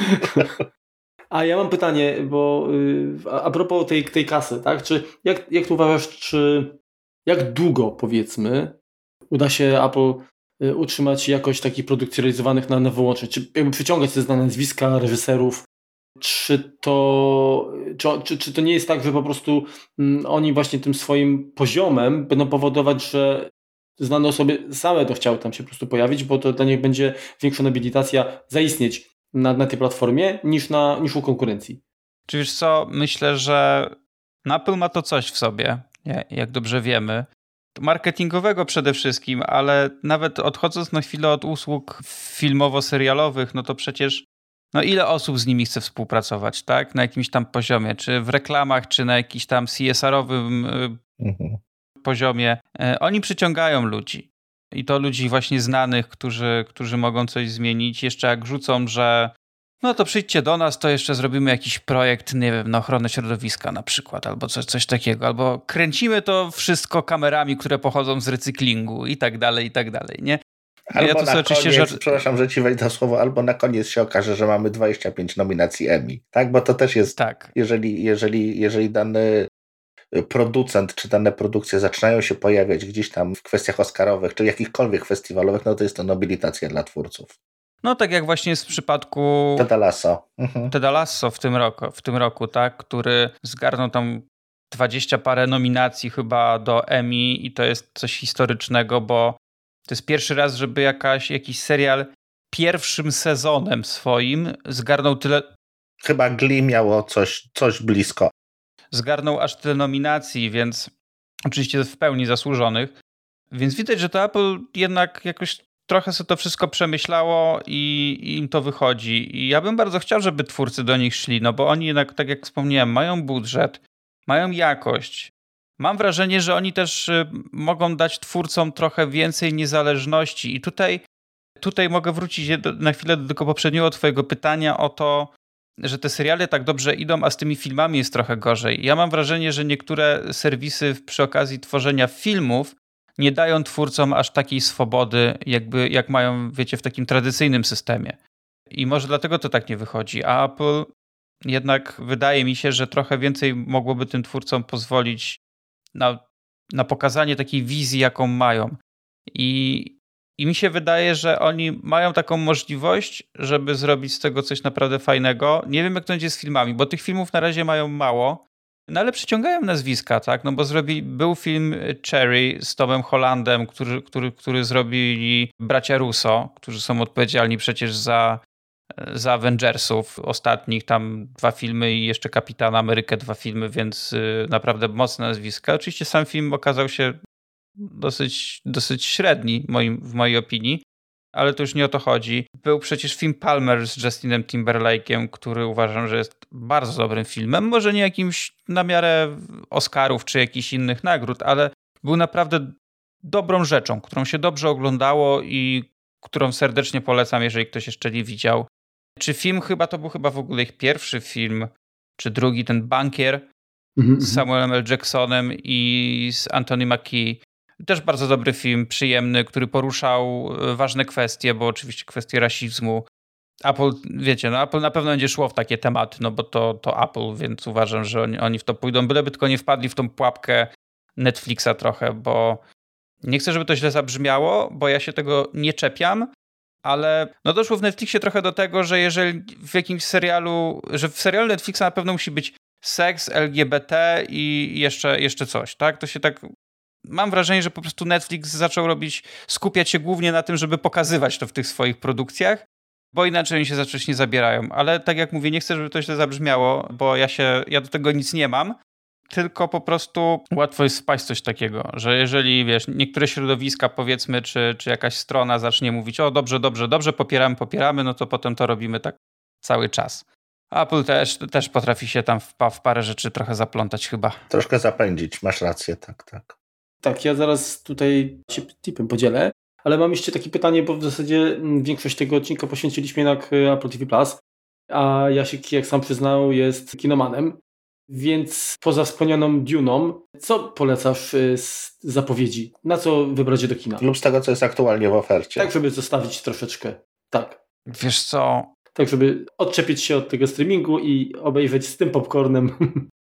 A ja mam pytanie, bo a propos tej kasy, tak? Jak tu uważasz, jak długo, powiedzmy, uda się Apple utrzymać jakość takich produkcji realizowanych na wyłącznie? Czy jakby przyciągać te znane nazwiska, reżyserów? Czy to nie jest tak, że po prostu oni właśnie tym swoim poziomem będą powodować, że znane osoby same to chciały tam się po prostu pojawić, bo to dla nich będzie większa nobilitacja zaistnieć na tej platformie niż u konkurencji? Czy wiesz co, myślę, że Apple ma to coś w sobie, jak dobrze wiemy. Marketingowego przede wszystkim, ale nawet odchodząc na chwilę od usług filmowo-serialowych, no to przecież ile osób z nimi chce współpracować, tak? Na jakimś tam poziomie, czy w reklamach, czy na jakimś tam CSR-owym poziomie. Oni przyciągają ludzi. I to ludzi właśnie znanych, którzy mogą coś zmienić. Jeszcze jak rzucą, że no to przyjdźcie do nas, to jeszcze zrobimy jakiś projekt, nie wiem, na ochronę środowiska na przykład, albo coś takiego, albo kręcimy to wszystko kamerami, które pochodzą z recyklingu i tak dalej, nie? Albo ja na koniec, przepraszam, że ci wejdę słowo, albo na koniec się okaże, że mamy 25 nominacji Emmy, tak? Bo to też jest, tak. Jeżeli dany producent czy dane produkcje zaczynają się pojawiać gdzieś tam w kwestiach oscarowych czy jakichkolwiek festiwalowych, no to jest to nobilitacja dla twórców. No tak jak właśnie jest w przypadku Ted Lasso. Teda Lasso w tym roku, tak, który zgarnął tam 20 parę nominacji chyba do Emmy i to jest coś historycznego, bo to jest pierwszy raz, żeby jakiś serial pierwszym sezonem swoim zgarnął tyle... Chyba Glee miało coś blisko. Zgarnął aż tyle nominacji, więc oczywiście w pełni zasłużonych. Więc widać, że to Apple jednak jakoś trochę sobie to wszystko przemyślało i im to wychodzi. I ja bym bardzo chciał, żeby twórcy do nich szli, no bo oni jednak, tak jak wspomniałem, mają budżet, mają jakość. Mam wrażenie, że oni też mogą dać twórcom trochę więcej niezależności. I tutaj mogę wrócić na chwilę do tego poprzedniego twojego pytania o to, że te seriale tak dobrze idą, a z tymi filmami jest trochę gorzej. Ja mam wrażenie, że niektóre serwisy przy okazji tworzenia filmów nie dają twórcom aż takiej swobody, jak mają, wiecie, w takim tradycyjnym systemie. I może dlatego to tak nie wychodzi. A Apple jednak wydaje mi się, że trochę więcej mogłoby tym twórcom pozwolić na pokazanie takiej wizji, jaką mają. I mi się wydaje, że oni mają taką możliwość, żeby zrobić z tego coś naprawdę fajnego. Nie wiem, jak to będzie z filmami, bo tych filmów na razie mają mało, no ale przyciągają nazwiska, tak? No bo był film Cherry z Tomem Hollandem, który zrobili bracia Russo, którzy są odpowiedzialni przecież za Avengersów ostatnich, tam 2 filmy i jeszcze Kapitana Amerykę 2 filmy, więc naprawdę mocne nazwiska. Oczywiście sam film okazał się dosyć średni w mojej opinii, ale to już nie o to chodzi. Był przecież film Palmer z Justinem Timberlake'em, który uważam, że jest bardzo dobrym filmem. Może nie jakimś na miarę Oscarów czy jakichś innych nagród, ale był naprawdę dobrą rzeczą, którą się dobrze oglądało i którą serdecznie polecam, jeżeli ktoś jeszcze nie widział. Czy film to był chyba w ogóle ich pierwszy film, czy drugi, ten Bankier z Samuelem L. Jacksonem i z Anthony Mackie. Też bardzo dobry film, przyjemny, który poruszał ważne kwestie, bo oczywiście kwestie rasizmu. Apple, wiecie, no Apple na pewno będzie szło w takie tematy, no bo to Apple, więc uważam, że oni w to pójdą, byleby tylko nie wpadli w tą pułapkę Netflixa trochę, bo nie chcę, żeby to źle zabrzmiało, bo ja się tego nie czepiam, ale no doszło w Netflixie trochę do tego, że jeżeli w jakimś serialu, że w serialu Netflixa na pewno musi być seks, LGBT i jeszcze coś, tak? To się tak... Mam wrażenie, że po prostu Netflix zaczął skupiać się głównie na tym, żeby pokazywać to w tych swoich produkcjach, bo inaczej oni się za coś nie zabierają. Ale tak jak mówię, nie chcę, żeby to źle zabrzmiało, bo ja do tego nic nie mam, tylko po prostu łatwo jest wpaść w coś takiego, że jeżeli, wiesz, niektóre środowiska, powiedzmy, czy jakaś strona zacznie mówić, o dobrze, popieramy, no to potem to robimy tak cały czas. Apple też potrafi się tam w parę rzeczy trochę zaplątać chyba. Troszkę zapędzić, masz rację, tak. Tak, ja zaraz tutaj się tipem podzielę, ale mam jeszcze takie pytanie, bo w zasadzie większość tego odcinka poświęciliśmy jednak Apple TV+, a Jasiek, jak sam przyznał, jest kinomanem, więc poza wspomnianą Dune'ą, co polecasz z zapowiedzi? Na co wybrać się do kina? Lub z tego, co jest aktualnie w ofercie. Tak, żeby zostawić troszeczkę, tak. Wiesz co? Tak, żeby odczepić się od tego streamingu i obejrzeć z tym popcornem.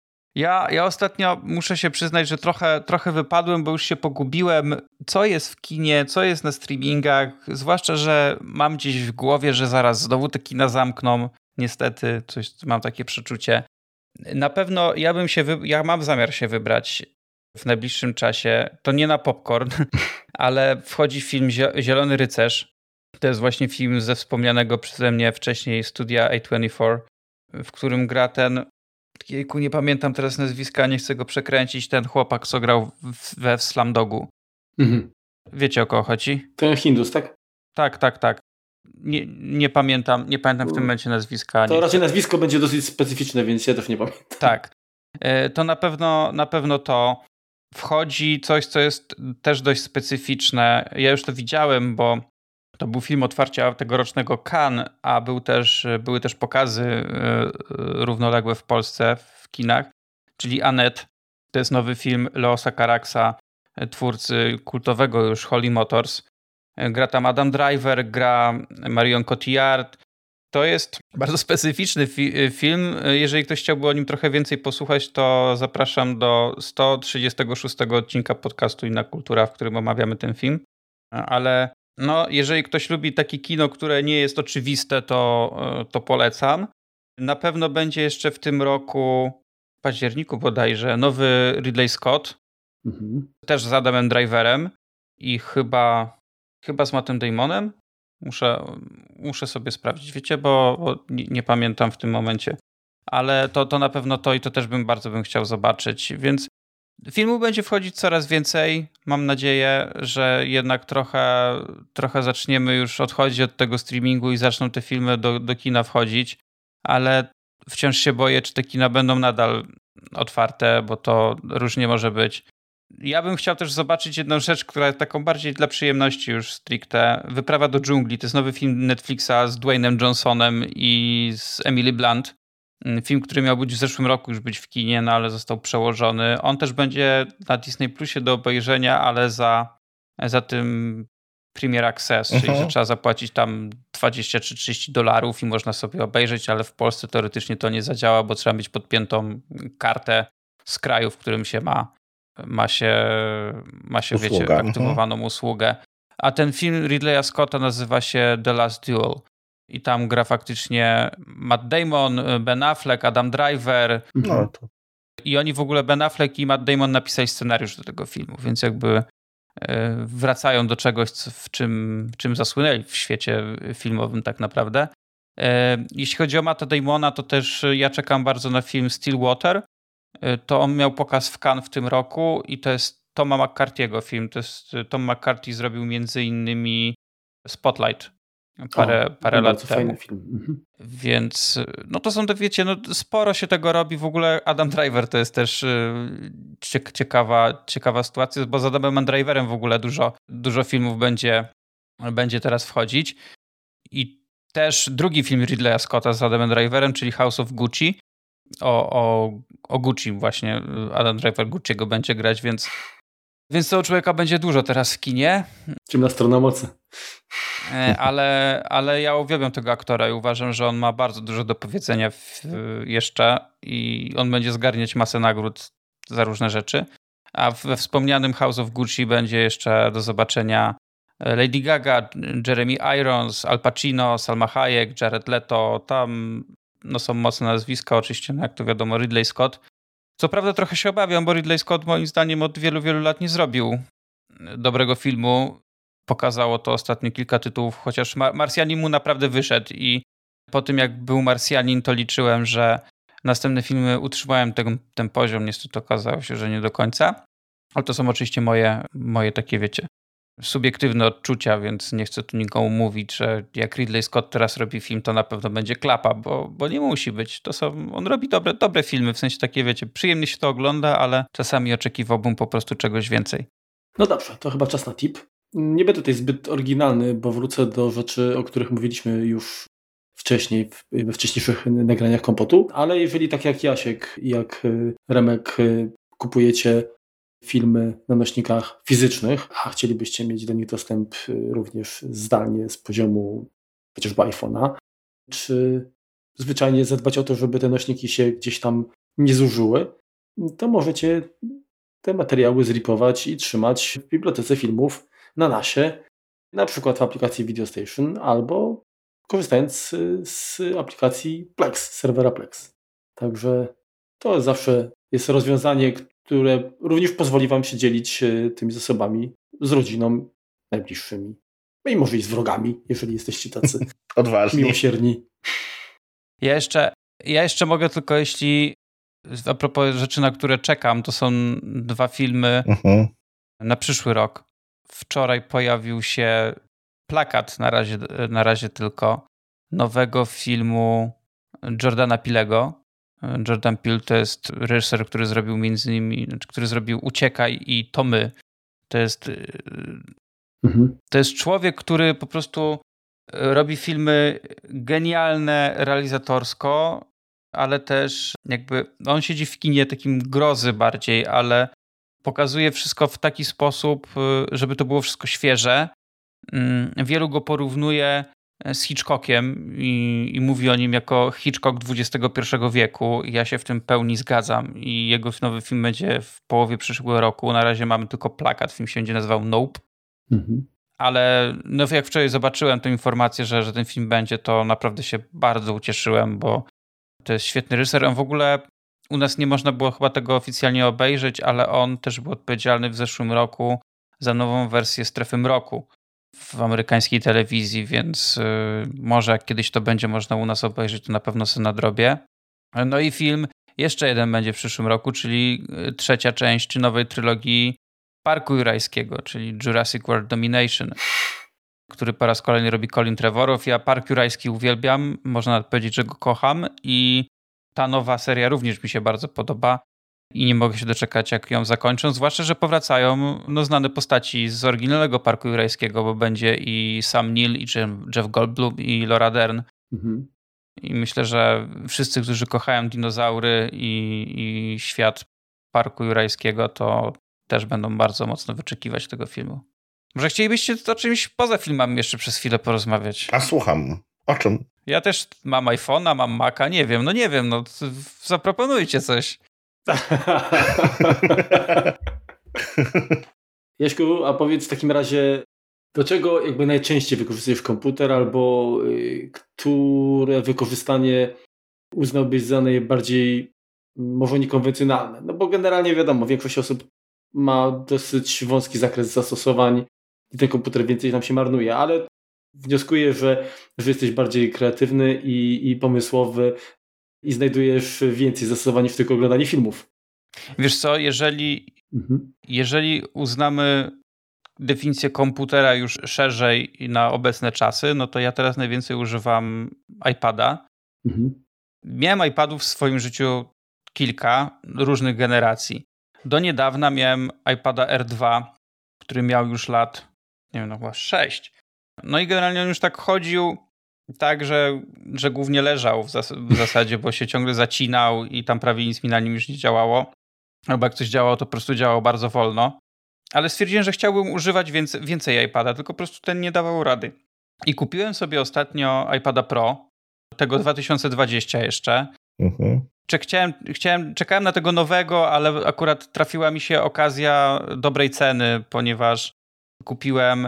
Ja ostatnio muszę się przyznać, że trochę wypadłem, bo już się pogubiłem, co jest w kinie, co jest na streamingach, zwłaszcza, że mam gdzieś w głowie, że zaraz znowu te kina zamkną. Niestety, mam takie przeczucie. Na pewno ja mam zamiar się wybrać w najbliższym czasie. To nie na popcorn, ale wchodzi film Zielony Rycerz. To jest właśnie film ze wspomnianego przeze mnie wcześniej studia A24, w którym gra ten... Jejku, nie pamiętam teraz nazwiska, nie chcę go przekręcić. Ten chłopak, co grał we Slumdogu. Wiecie, o kogo chodzi? Ten Hindus, tak? Tak. Nie pamiętam w tym momencie nazwiska. To raczej nazwisko będzie dosyć specyficzne, więc ja też nie pamiętam. Tak. To na pewno to wchodzi coś, co jest też dość specyficzne. Ja już to widziałem, bo to był film otwarcia tegorocznego Cannes, a były też pokazy równoległe w Polsce w kinach, czyli Annette. To jest nowy film Leosa Caraxa, twórcy kultowego już Holy Motors. Gra tam Adam Driver, gra Marion Cotillard. To jest bardzo specyficzny film. Jeżeli ktoś chciałby o nim trochę więcej posłuchać, to zapraszam do 136 odcinka podcastu Inna Kultura, w którym omawiamy ten film. Ale no, jeżeli ktoś lubi takie kino, które nie jest oczywiste, to polecam. Na pewno będzie jeszcze w tym roku, w październiku bodajże, nowy Ridley Scott. Też z Adamem Driverem i chyba z Mattem Damonem. Muszę sobie sprawdzić, wiecie, bo nie pamiętam w tym momencie. Ale to na pewno to i to też bardzo bym chciał zobaczyć, więc filmu będzie wchodzić coraz więcej. Mam nadzieję, że jednak trochę zaczniemy już odchodzić od tego streamingu i zaczną te filmy do kina wchodzić, ale wciąż się boję, czy te kina będą nadal otwarte, bo to różnie może być. Ja bym chciał też zobaczyć jedną rzecz, która jest taką bardziej dla przyjemności już stricte. Wyprawa do dżungli. To jest nowy film Netflixa z Dwaynem Johnsonem i z Emily Blunt. Film, który miał być w zeszłym roku już być w kinie, no ale został przełożony. On też będzie na Disney Plusie do obejrzenia, ale za tym Premier Access, czyli że trzeba zapłacić tam $20 czy $30 i można sobie obejrzeć, ale w Polsce teoretycznie to nie zadziała, bo trzeba mieć podpiętą kartę z kraju, w którym się ma się wiecie, aktywowaną usługę. A ten film Ridleya Scotta nazywa się The Last Duel. I tam gra faktycznie Matt Damon, Ben Affleck, Adam Driver. No to. I oni w ogóle, Ben Affleck i Matt Damon, napisali scenariusz do tego filmu, więc jakby wracają do czegoś, w czym zasłynęli w świecie filmowym tak naprawdę. Jeśli chodzi o Matta Damona, to też ja czekam bardzo na film Stillwater. To on miał pokaz w Cannes w tym roku i to jest Toma McCarthy'ego film. To jest Tom McCarthy zrobił między innymi Spotlight parę lat temu. Fajny film. Więc no to są, wiecie, no sporo się tego robi. W ogóle Adam Driver to jest też ciekawa sytuacja, bo z Adamem Driverem w ogóle dużo filmów będzie teraz wchodzić. I też drugi film Ridleya Scotta z Adamem Driverem, czyli House of Gucci. O Gucci właśnie. Adam Driver Gucci'ego będzie grać, więc tego człowieka będzie dużo teraz w kinie. Ciemna strona mocy. Ale ja uwielbiam tego aktora i uważam, że on ma bardzo dużo do powiedzenia jeszcze i on będzie zgarniać masę nagród za różne rzeczy. A we wspomnianym House of Gucci będzie jeszcze do zobaczenia Lady Gaga, Jeremy Irons, Al Pacino, Salma Hayek, Jared Leto. Tam są mocne nazwiska, oczywiście, jak to wiadomo, Ridley Scott. Co prawda trochę się obawiam, bo Ridley Scott moim zdaniem od wielu, wielu lat nie zrobił dobrego filmu. Pokazało to ostatnio kilka tytułów, chociaż Marsjanin mu naprawdę wyszedł i po tym jak był Marsjanin, to liczyłem, że następne filmy utrzymają ten poziom. Niestety okazało się, że nie do końca. Ale to są oczywiście moje takie, wiecie, subiektywne odczucia, więc nie chcę tu nikomu mówić, że jak Ridley Scott teraz robi film, to na pewno będzie klapa, bo nie musi być. On robi dobre filmy, w sensie takie, wiecie, przyjemnie się to ogląda, ale czasami oczekiwałbym po prostu czegoś więcej. No dobrze, to chyba czas na tip. Nie będę tutaj zbyt oryginalny, bo wrócę do rzeczy, o których mówiliśmy już wcześniej, we wcześniejszych nagraniach Kompotu, ale jeżeli tak jak Jasiek i jak Remek kupujecie filmy na nośnikach fizycznych, a chcielibyście mieć do nich dostęp również zdalnie z poziomu chociażby iPhone'a, czy zwyczajnie zadbać o to, żeby te nośniki się gdzieś tam nie zużyły, to możecie te materiały zripować i trzymać w bibliotece filmów na NAS-ie, na przykład w aplikacji Video Station albo korzystając z aplikacji Plex, serwera Plex. Także to zawsze jest rozwiązanie, które również pozwoli wam się dzielić tymi zasobami z rodziną najbliższymi. No i może i z wrogami, jeżeli jesteście tacy odważni, miłosierni. Ja jeszcze mogę tylko, jeśli a propos rzeczy, na które czekam, to są 2 filmy na przyszły rok. Wczoraj pojawił się plakat, na razie tylko, nowego filmu Jordana Peele'ego. Jordan Peele to jest reżyser, który zrobił który zrobił Uciekaj i To my. To jest człowiek, który po prostu robi filmy genialne realizatorsko, ale też jakby on siedzi w kinie takim grozy bardziej, ale pokazuje wszystko w taki sposób, żeby to było wszystko świeże. Wielu go porównuje z Hitchcockiem i mówi o nim jako Hitchcock XXI wieku. Ja się w tym pełni zgadzam i jego nowy film będzie w połowie przyszłego roku. Na razie mamy tylko plakat, film się będzie nazywał Nope. Ale no, jak wczoraj zobaczyłem tę informację, że ten film będzie, to naprawdę się bardzo ucieszyłem, bo to jest świetny reżyser. On w ogóle u nas nie można było chyba tego oficjalnie obejrzeć, ale on też był odpowiedzialny w zeszłym roku za nową wersję Strefy Mroku w amerykańskiej telewizji, więc może jak kiedyś to będzie można u nas obejrzeć, to na pewno sobie nadrobię. No i film, jeszcze jeden będzie w przyszłym roku, czyli 3. część nowej trylogii Parku Jurajskiego, czyli Jurassic World Domination, który po raz kolejny robi Colin Trevorrow. Ja Park Jurajski uwielbiam, można nawet powiedzieć, że go kocham i ta nowa seria również mi się bardzo podoba i nie mogę się doczekać, jak ją zakończą, zwłaszcza, że powracają znane postaci z oryginalnego Parku Jurajskiego, bo będzie i Sam Neill, i Jeff Goldblum, i Laura Dern. I myślę, że wszyscy, którzy kochają dinozaury i świat Parku Jurajskiego, to też będą bardzo mocno wyczekiwać tego filmu. Może chcielibyście o czymś poza filmami jeszcze przez chwilę porozmawiać? A słucham. O czym? Ja też mam iPhone'a, mam Maca, nie wiem, zaproponujcie coś. Jaśku, a powiedz w takim razie, do czego jakby najczęściej wykorzystujesz komputer, albo które wykorzystanie uznałbyś za najbardziej może niekonwencjonalne? No bo generalnie wiadomo, większość osób ma dosyć wąski zakres zastosowań i ten komputer więcej nam się marnuje, ale wnioskuję, że jesteś bardziej kreatywny i pomysłowy i znajdujesz więcej zastosowań w tylko oglądaniu filmów. Wiesz co, jeżeli uznamy definicję komputera już szerzej na obecne czasy, no to ja teraz najwięcej używam iPada. Miałem iPadów w swoim życiu kilka różnych generacji. Do niedawna miałem iPada R2, który miał już lat, nie wiem, chyba 6. No i generalnie on już tak chodził tak, że głównie leżał w zasadzie, bo się ciągle zacinał i tam prawie nic mi na nim już nie działało. Albo jak coś działało, to po prostu działało bardzo wolno. Ale stwierdziłem, że chciałbym używać więcej iPada, tylko po prostu ten nie dawał rady. I kupiłem sobie ostatnio iPada Pro, tego 2020 jeszcze. Czekałem na tego nowego, ale akurat trafiła mi się okazja dobrej ceny, ponieważ kupiłem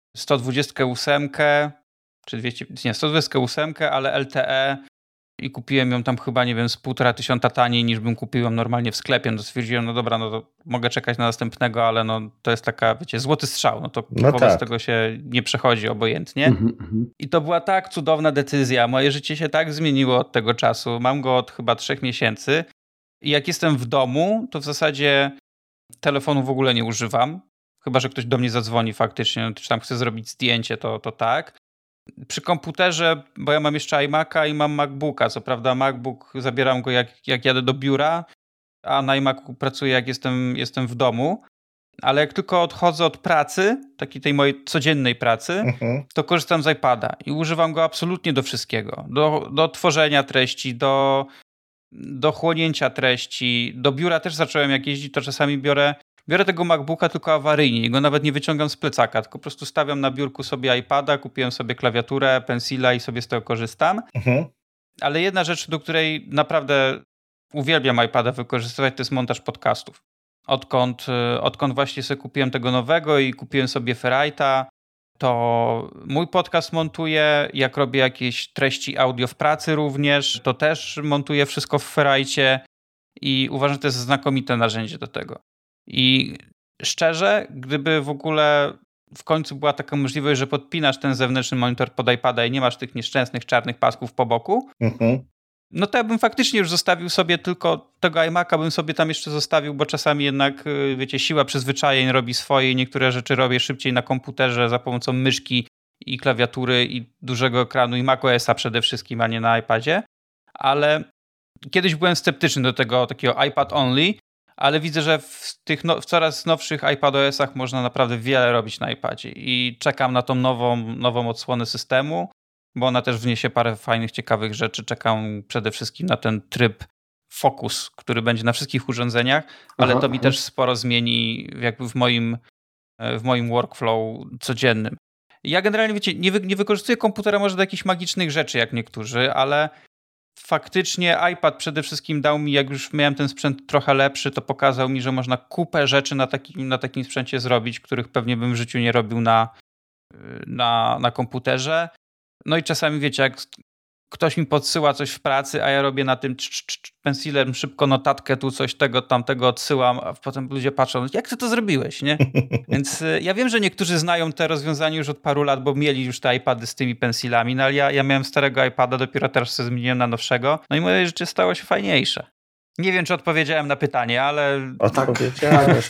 128, czy 128, ale LTE i kupiłem ją tam chyba, nie wiem, z 1500 taniej niż bym kupił ją normalnie w sklepie. No stwierdziłem, no dobra, no to mogę czekać na następnego, ale no to jest taka, wiecie, złoty strzał. No to wobec tego się nie przechodzi obojętnie. I to była tak cudowna decyzja. Moje życie się tak zmieniło od tego czasu. Mam go od chyba 3 miesięcy i jak jestem w domu, to w zasadzie telefonu w ogóle nie używam. Chyba że ktoś do mnie zadzwoni faktycznie, czy tam chce zrobić zdjęcie, to tak. Przy komputerze, bo ja mam jeszcze iMac'a i mam MacBooka. Co prawda MacBook zabieram go jak jadę do biura, a na iMacu pracuję jak jestem w domu. Ale jak tylko odchodzę od pracy, takiej tej mojej codziennej pracy, to korzystam z iPada i używam go absolutnie do wszystkiego. Do tworzenia treści, do chłonięcia treści. Do biura też zacząłem jak jeździć, to czasami biorę tego MacBooka tylko awaryjnie i go nawet nie wyciągam z plecaka, tylko po prostu stawiam na biurku sobie iPada, kupiłem sobie klawiaturę, pensila i sobie z tego korzystam. Ale jedna rzecz, do której naprawdę uwielbiam iPada wykorzystywać, to jest montaż podcastów. Odkąd właśnie sobie kupiłem tego nowego i kupiłem sobie Ferrite'a, to mój podcast montuję, jak robię jakieś treści audio w pracy również, to też montuję wszystko w Ferrite'cie i uważam, że to jest znakomite narzędzie do tego. I szczerze, gdyby w ogóle w końcu była taka możliwość, że podpinasz ten zewnętrzny monitor pod iPada i nie masz tych nieszczęsnych czarnych pasków po boku, no to ja bym faktycznie już zostawił sobie tylko tego iMac'a, bym sobie tam jeszcze zostawił, bo czasami jednak, wiecie, siła przyzwyczajeń robi swoje i niektóre rzeczy robię szybciej na komputerze za pomocą myszki i klawiatury i dużego ekranu i macOS'a przede wszystkim, a nie na iPadzie. Ale kiedyś byłem sceptyczny do tego takiego iPad only, ale widzę, że w coraz nowszych iPadOS-ach można naprawdę wiele robić na iPadzie i czekam na tą nową odsłonę systemu, bo ona też wniesie parę fajnych, ciekawych rzeczy. Czekam przede wszystkim na ten tryb Focus, który będzie na wszystkich urządzeniach, ale to mi też sporo zmieni jakby w moim workflow codziennym. Ja generalnie, wiecie, nie wykorzystuję komputera może do jakichś magicznych rzeczy jak niektórzy, ale faktycznie iPad przede wszystkim dał mi, jak już miałem ten sprzęt trochę lepszy, to pokazał mi, że można kupę rzeczy na takim sprzęcie zrobić, których pewnie bym w życiu nie robił na komputerze. No i czasami, wiecie, jak ktoś mi podsyła coś w pracy, a ja robię na tym pensilem szybko notatkę, tu coś tego, tamtego odsyłam, a potem ludzie patrzą, jak ty to zrobiłeś, nie? Więc ja wiem, że niektórzy znają te rozwiązania już od paru lat, bo mieli już te iPady z tymi pensilami, no ale ja miałem starego iPada, dopiero teraz się zmieniłem na nowszego, no i moje życie stało się fajniejsze. Nie wiem, czy odpowiedziałem na pytanie, ale... Odpowiedziałeś.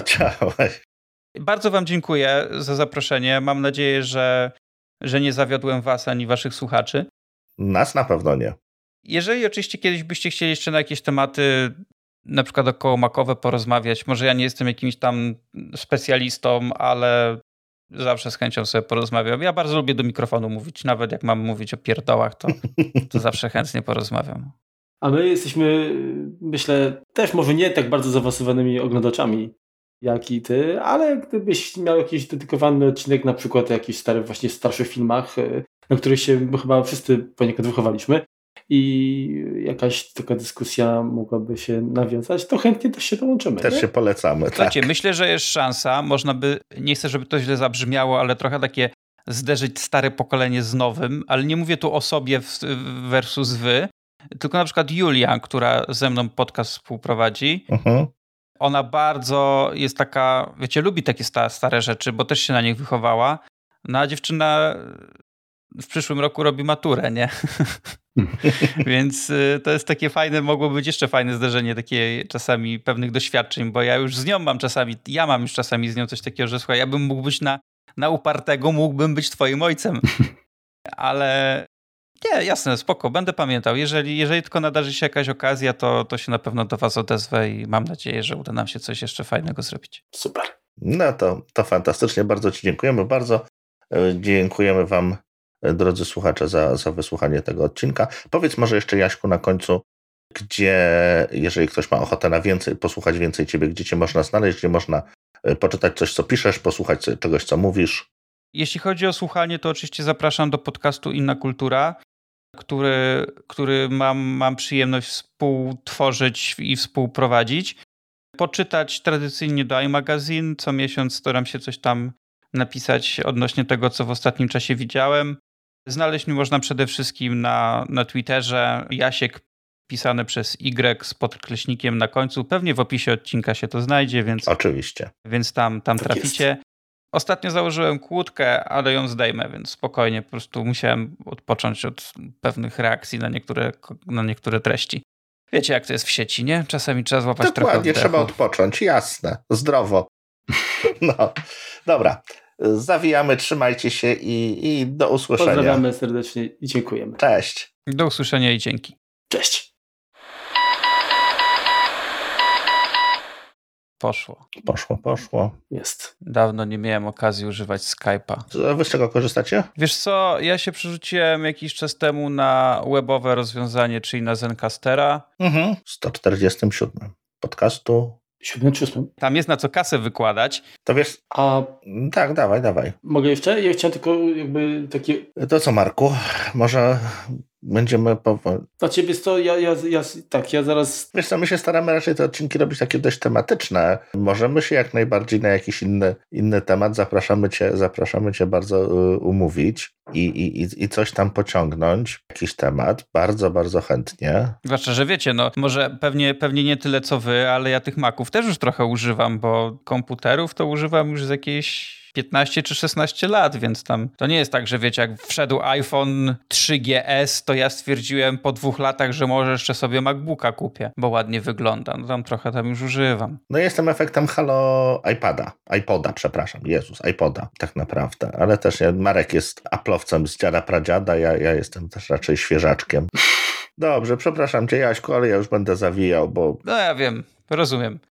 Bardzo wam dziękuję za zaproszenie. Mam nadzieję, że nie zawiodłem was ani waszych słuchaczy. Nas na pewno nie. Jeżeli oczywiście kiedyś byście chcieli jeszcze na jakieś tematy, na przykład okołomakowe porozmawiać, może ja nie jestem jakimś tam specjalistą, ale zawsze z chęcią sobie porozmawiam. Ja bardzo lubię do mikrofonu mówić, nawet jak mam mówić o pierdołach, to zawsze chętnie porozmawiam. A my jesteśmy, myślę, też może nie tak bardzo zaawansowanymi oglądaczami jak i ty, ale gdybyś miał jakiś dedykowany odcinek, na przykład o jakichś właśnie starszych filmach, na których się chyba wszyscy poniekąd wychowaliśmy i jakaś taka dyskusja mogłaby się nawiązać, to chętnie też się dołączymy. Też się polecamy. Słuchajcie, tak. myślę, że jest szansa, można by, nie chcę, żeby to źle zabrzmiało, ale trochę takie zderzyć stare pokolenie z nowym, ale nie mówię tu o sobie versus wy, tylko na przykład Julia, która ze mną podcast współprowadzi, ona bardzo jest taka, wiecie, lubi takie stare rzeczy, bo też się na nich wychowała. No a dziewczyna w przyszłym roku robi maturę, nie? Więc to jest takie fajne, mogło być jeszcze fajne zderzenie takie czasami pewnych doświadczeń, bo ja już z nią mam czasami, już czasami z nią coś takiego, że słuchaj, ja bym mógł być na upartego, mógłbym być twoim ojcem. Ale nie, jasne, spoko, będę pamiętał. Jeżeli tylko nadarzy się jakaś okazja, to się na pewno do was odezwę i mam nadzieję, że uda nam się coś jeszcze fajnego zrobić. Super. No to fantastycznie, bardzo ci dziękujemy, bardzo dziękujemy wam, drodzy słuchacze, za wysłuchanie tego odcinka. Powiedz może jeszcze, Jaśku, na końcu, gdzie, jeżeli ktoś ma ochotę posłuchać więcej ciebie, gdzie cię można znaleźć, gdzie można poczytać coś, co piszesz, posłuchać czegoś, co mówisz. Jeśli chodzi o słuchanie, to oczywiście zapraszam do podcastu Inna Kultura, który mam przyjemność współtworzyć i współprowadzić. Poczytać tradycyjnie do iMagazine. Co miesiąc staram się coś tam napisać odnośnie tego, co w ostatnim czasie widziałem. Znaleźć mnie można przede wszystkim na Twitterze. Jasiek pisane przez Y z podkreśnikiem na końcu. Pewnie w opisie odcinka się to znajdzie, więc oczywiście. Więc tam tak traficie. Jest. Ostatnio założyłem kłódkę, ale ją zdejmę, więc spokojnie. Po prostu musiałem odpocząć od pewnych reakcji na niektóre treści. Wiecie, jak to jest w sieci, nie? Czasami trzeba złapać trochę oddechu. Dokładnie, trzeba odpocząć, jasne, zdrowo. No, dobra. Zawijamy, trzymajcie się i do usłyszenia. Pozdrawiamy serdecznie i dziękujemy. Cześć. Do usłyszenia i dzięki. Cześć. Poszło. Jest. Dawno nie miałem okazji używać Skype'a. Wy z czego korzystacie? Wiesz co, ja się przerzuciłem jakiś czas temu na webowe rozwiązanie, czyli na Zenecastera. 147 podcastu. 7 czy 8? Tam jest na co kasę wykładać. To wiesz... Tak, dawaj. Mogę jeszcze? Ja chciałem tylko jakby takie... To co, Marku? Może będziemy Dla ciebie jest to, ja zaraz... Wiesz co, my się staramy raczej te odcinki robić takie dość tematyczne. Możemy się jak najbardziej na jakiś inny temat, zapraszamy cię bardzo umówić i coś tam pociągnąć, jakiś temat, bardzo, bardzo chętnie. Zwłaszcza, że wiecie, no może pewnie nie tyle co wy, ale ja tych Maców też już trochę używam, bo komputerów to używam już z jakiejś 15 czy 16 lat, więc tam to nie jest tak, że wiecie, jak wszedł iPhone 3GS, to ja stwierdziłem po 2 latach, że może jeszcze sobie MacBooka kupię, bo ładnie wygląda. No tam trochę już używam. No jestem efektem iPoda, tak naprawdę. Ale też Marek jest Apple'owcem z dziada pradziada, ja jestem też raczej świeżaczkiem. Dobrze, przepraszam cię, Jaśku, ale ja już będę zawijał, bo... No ja wiem, rozumiem.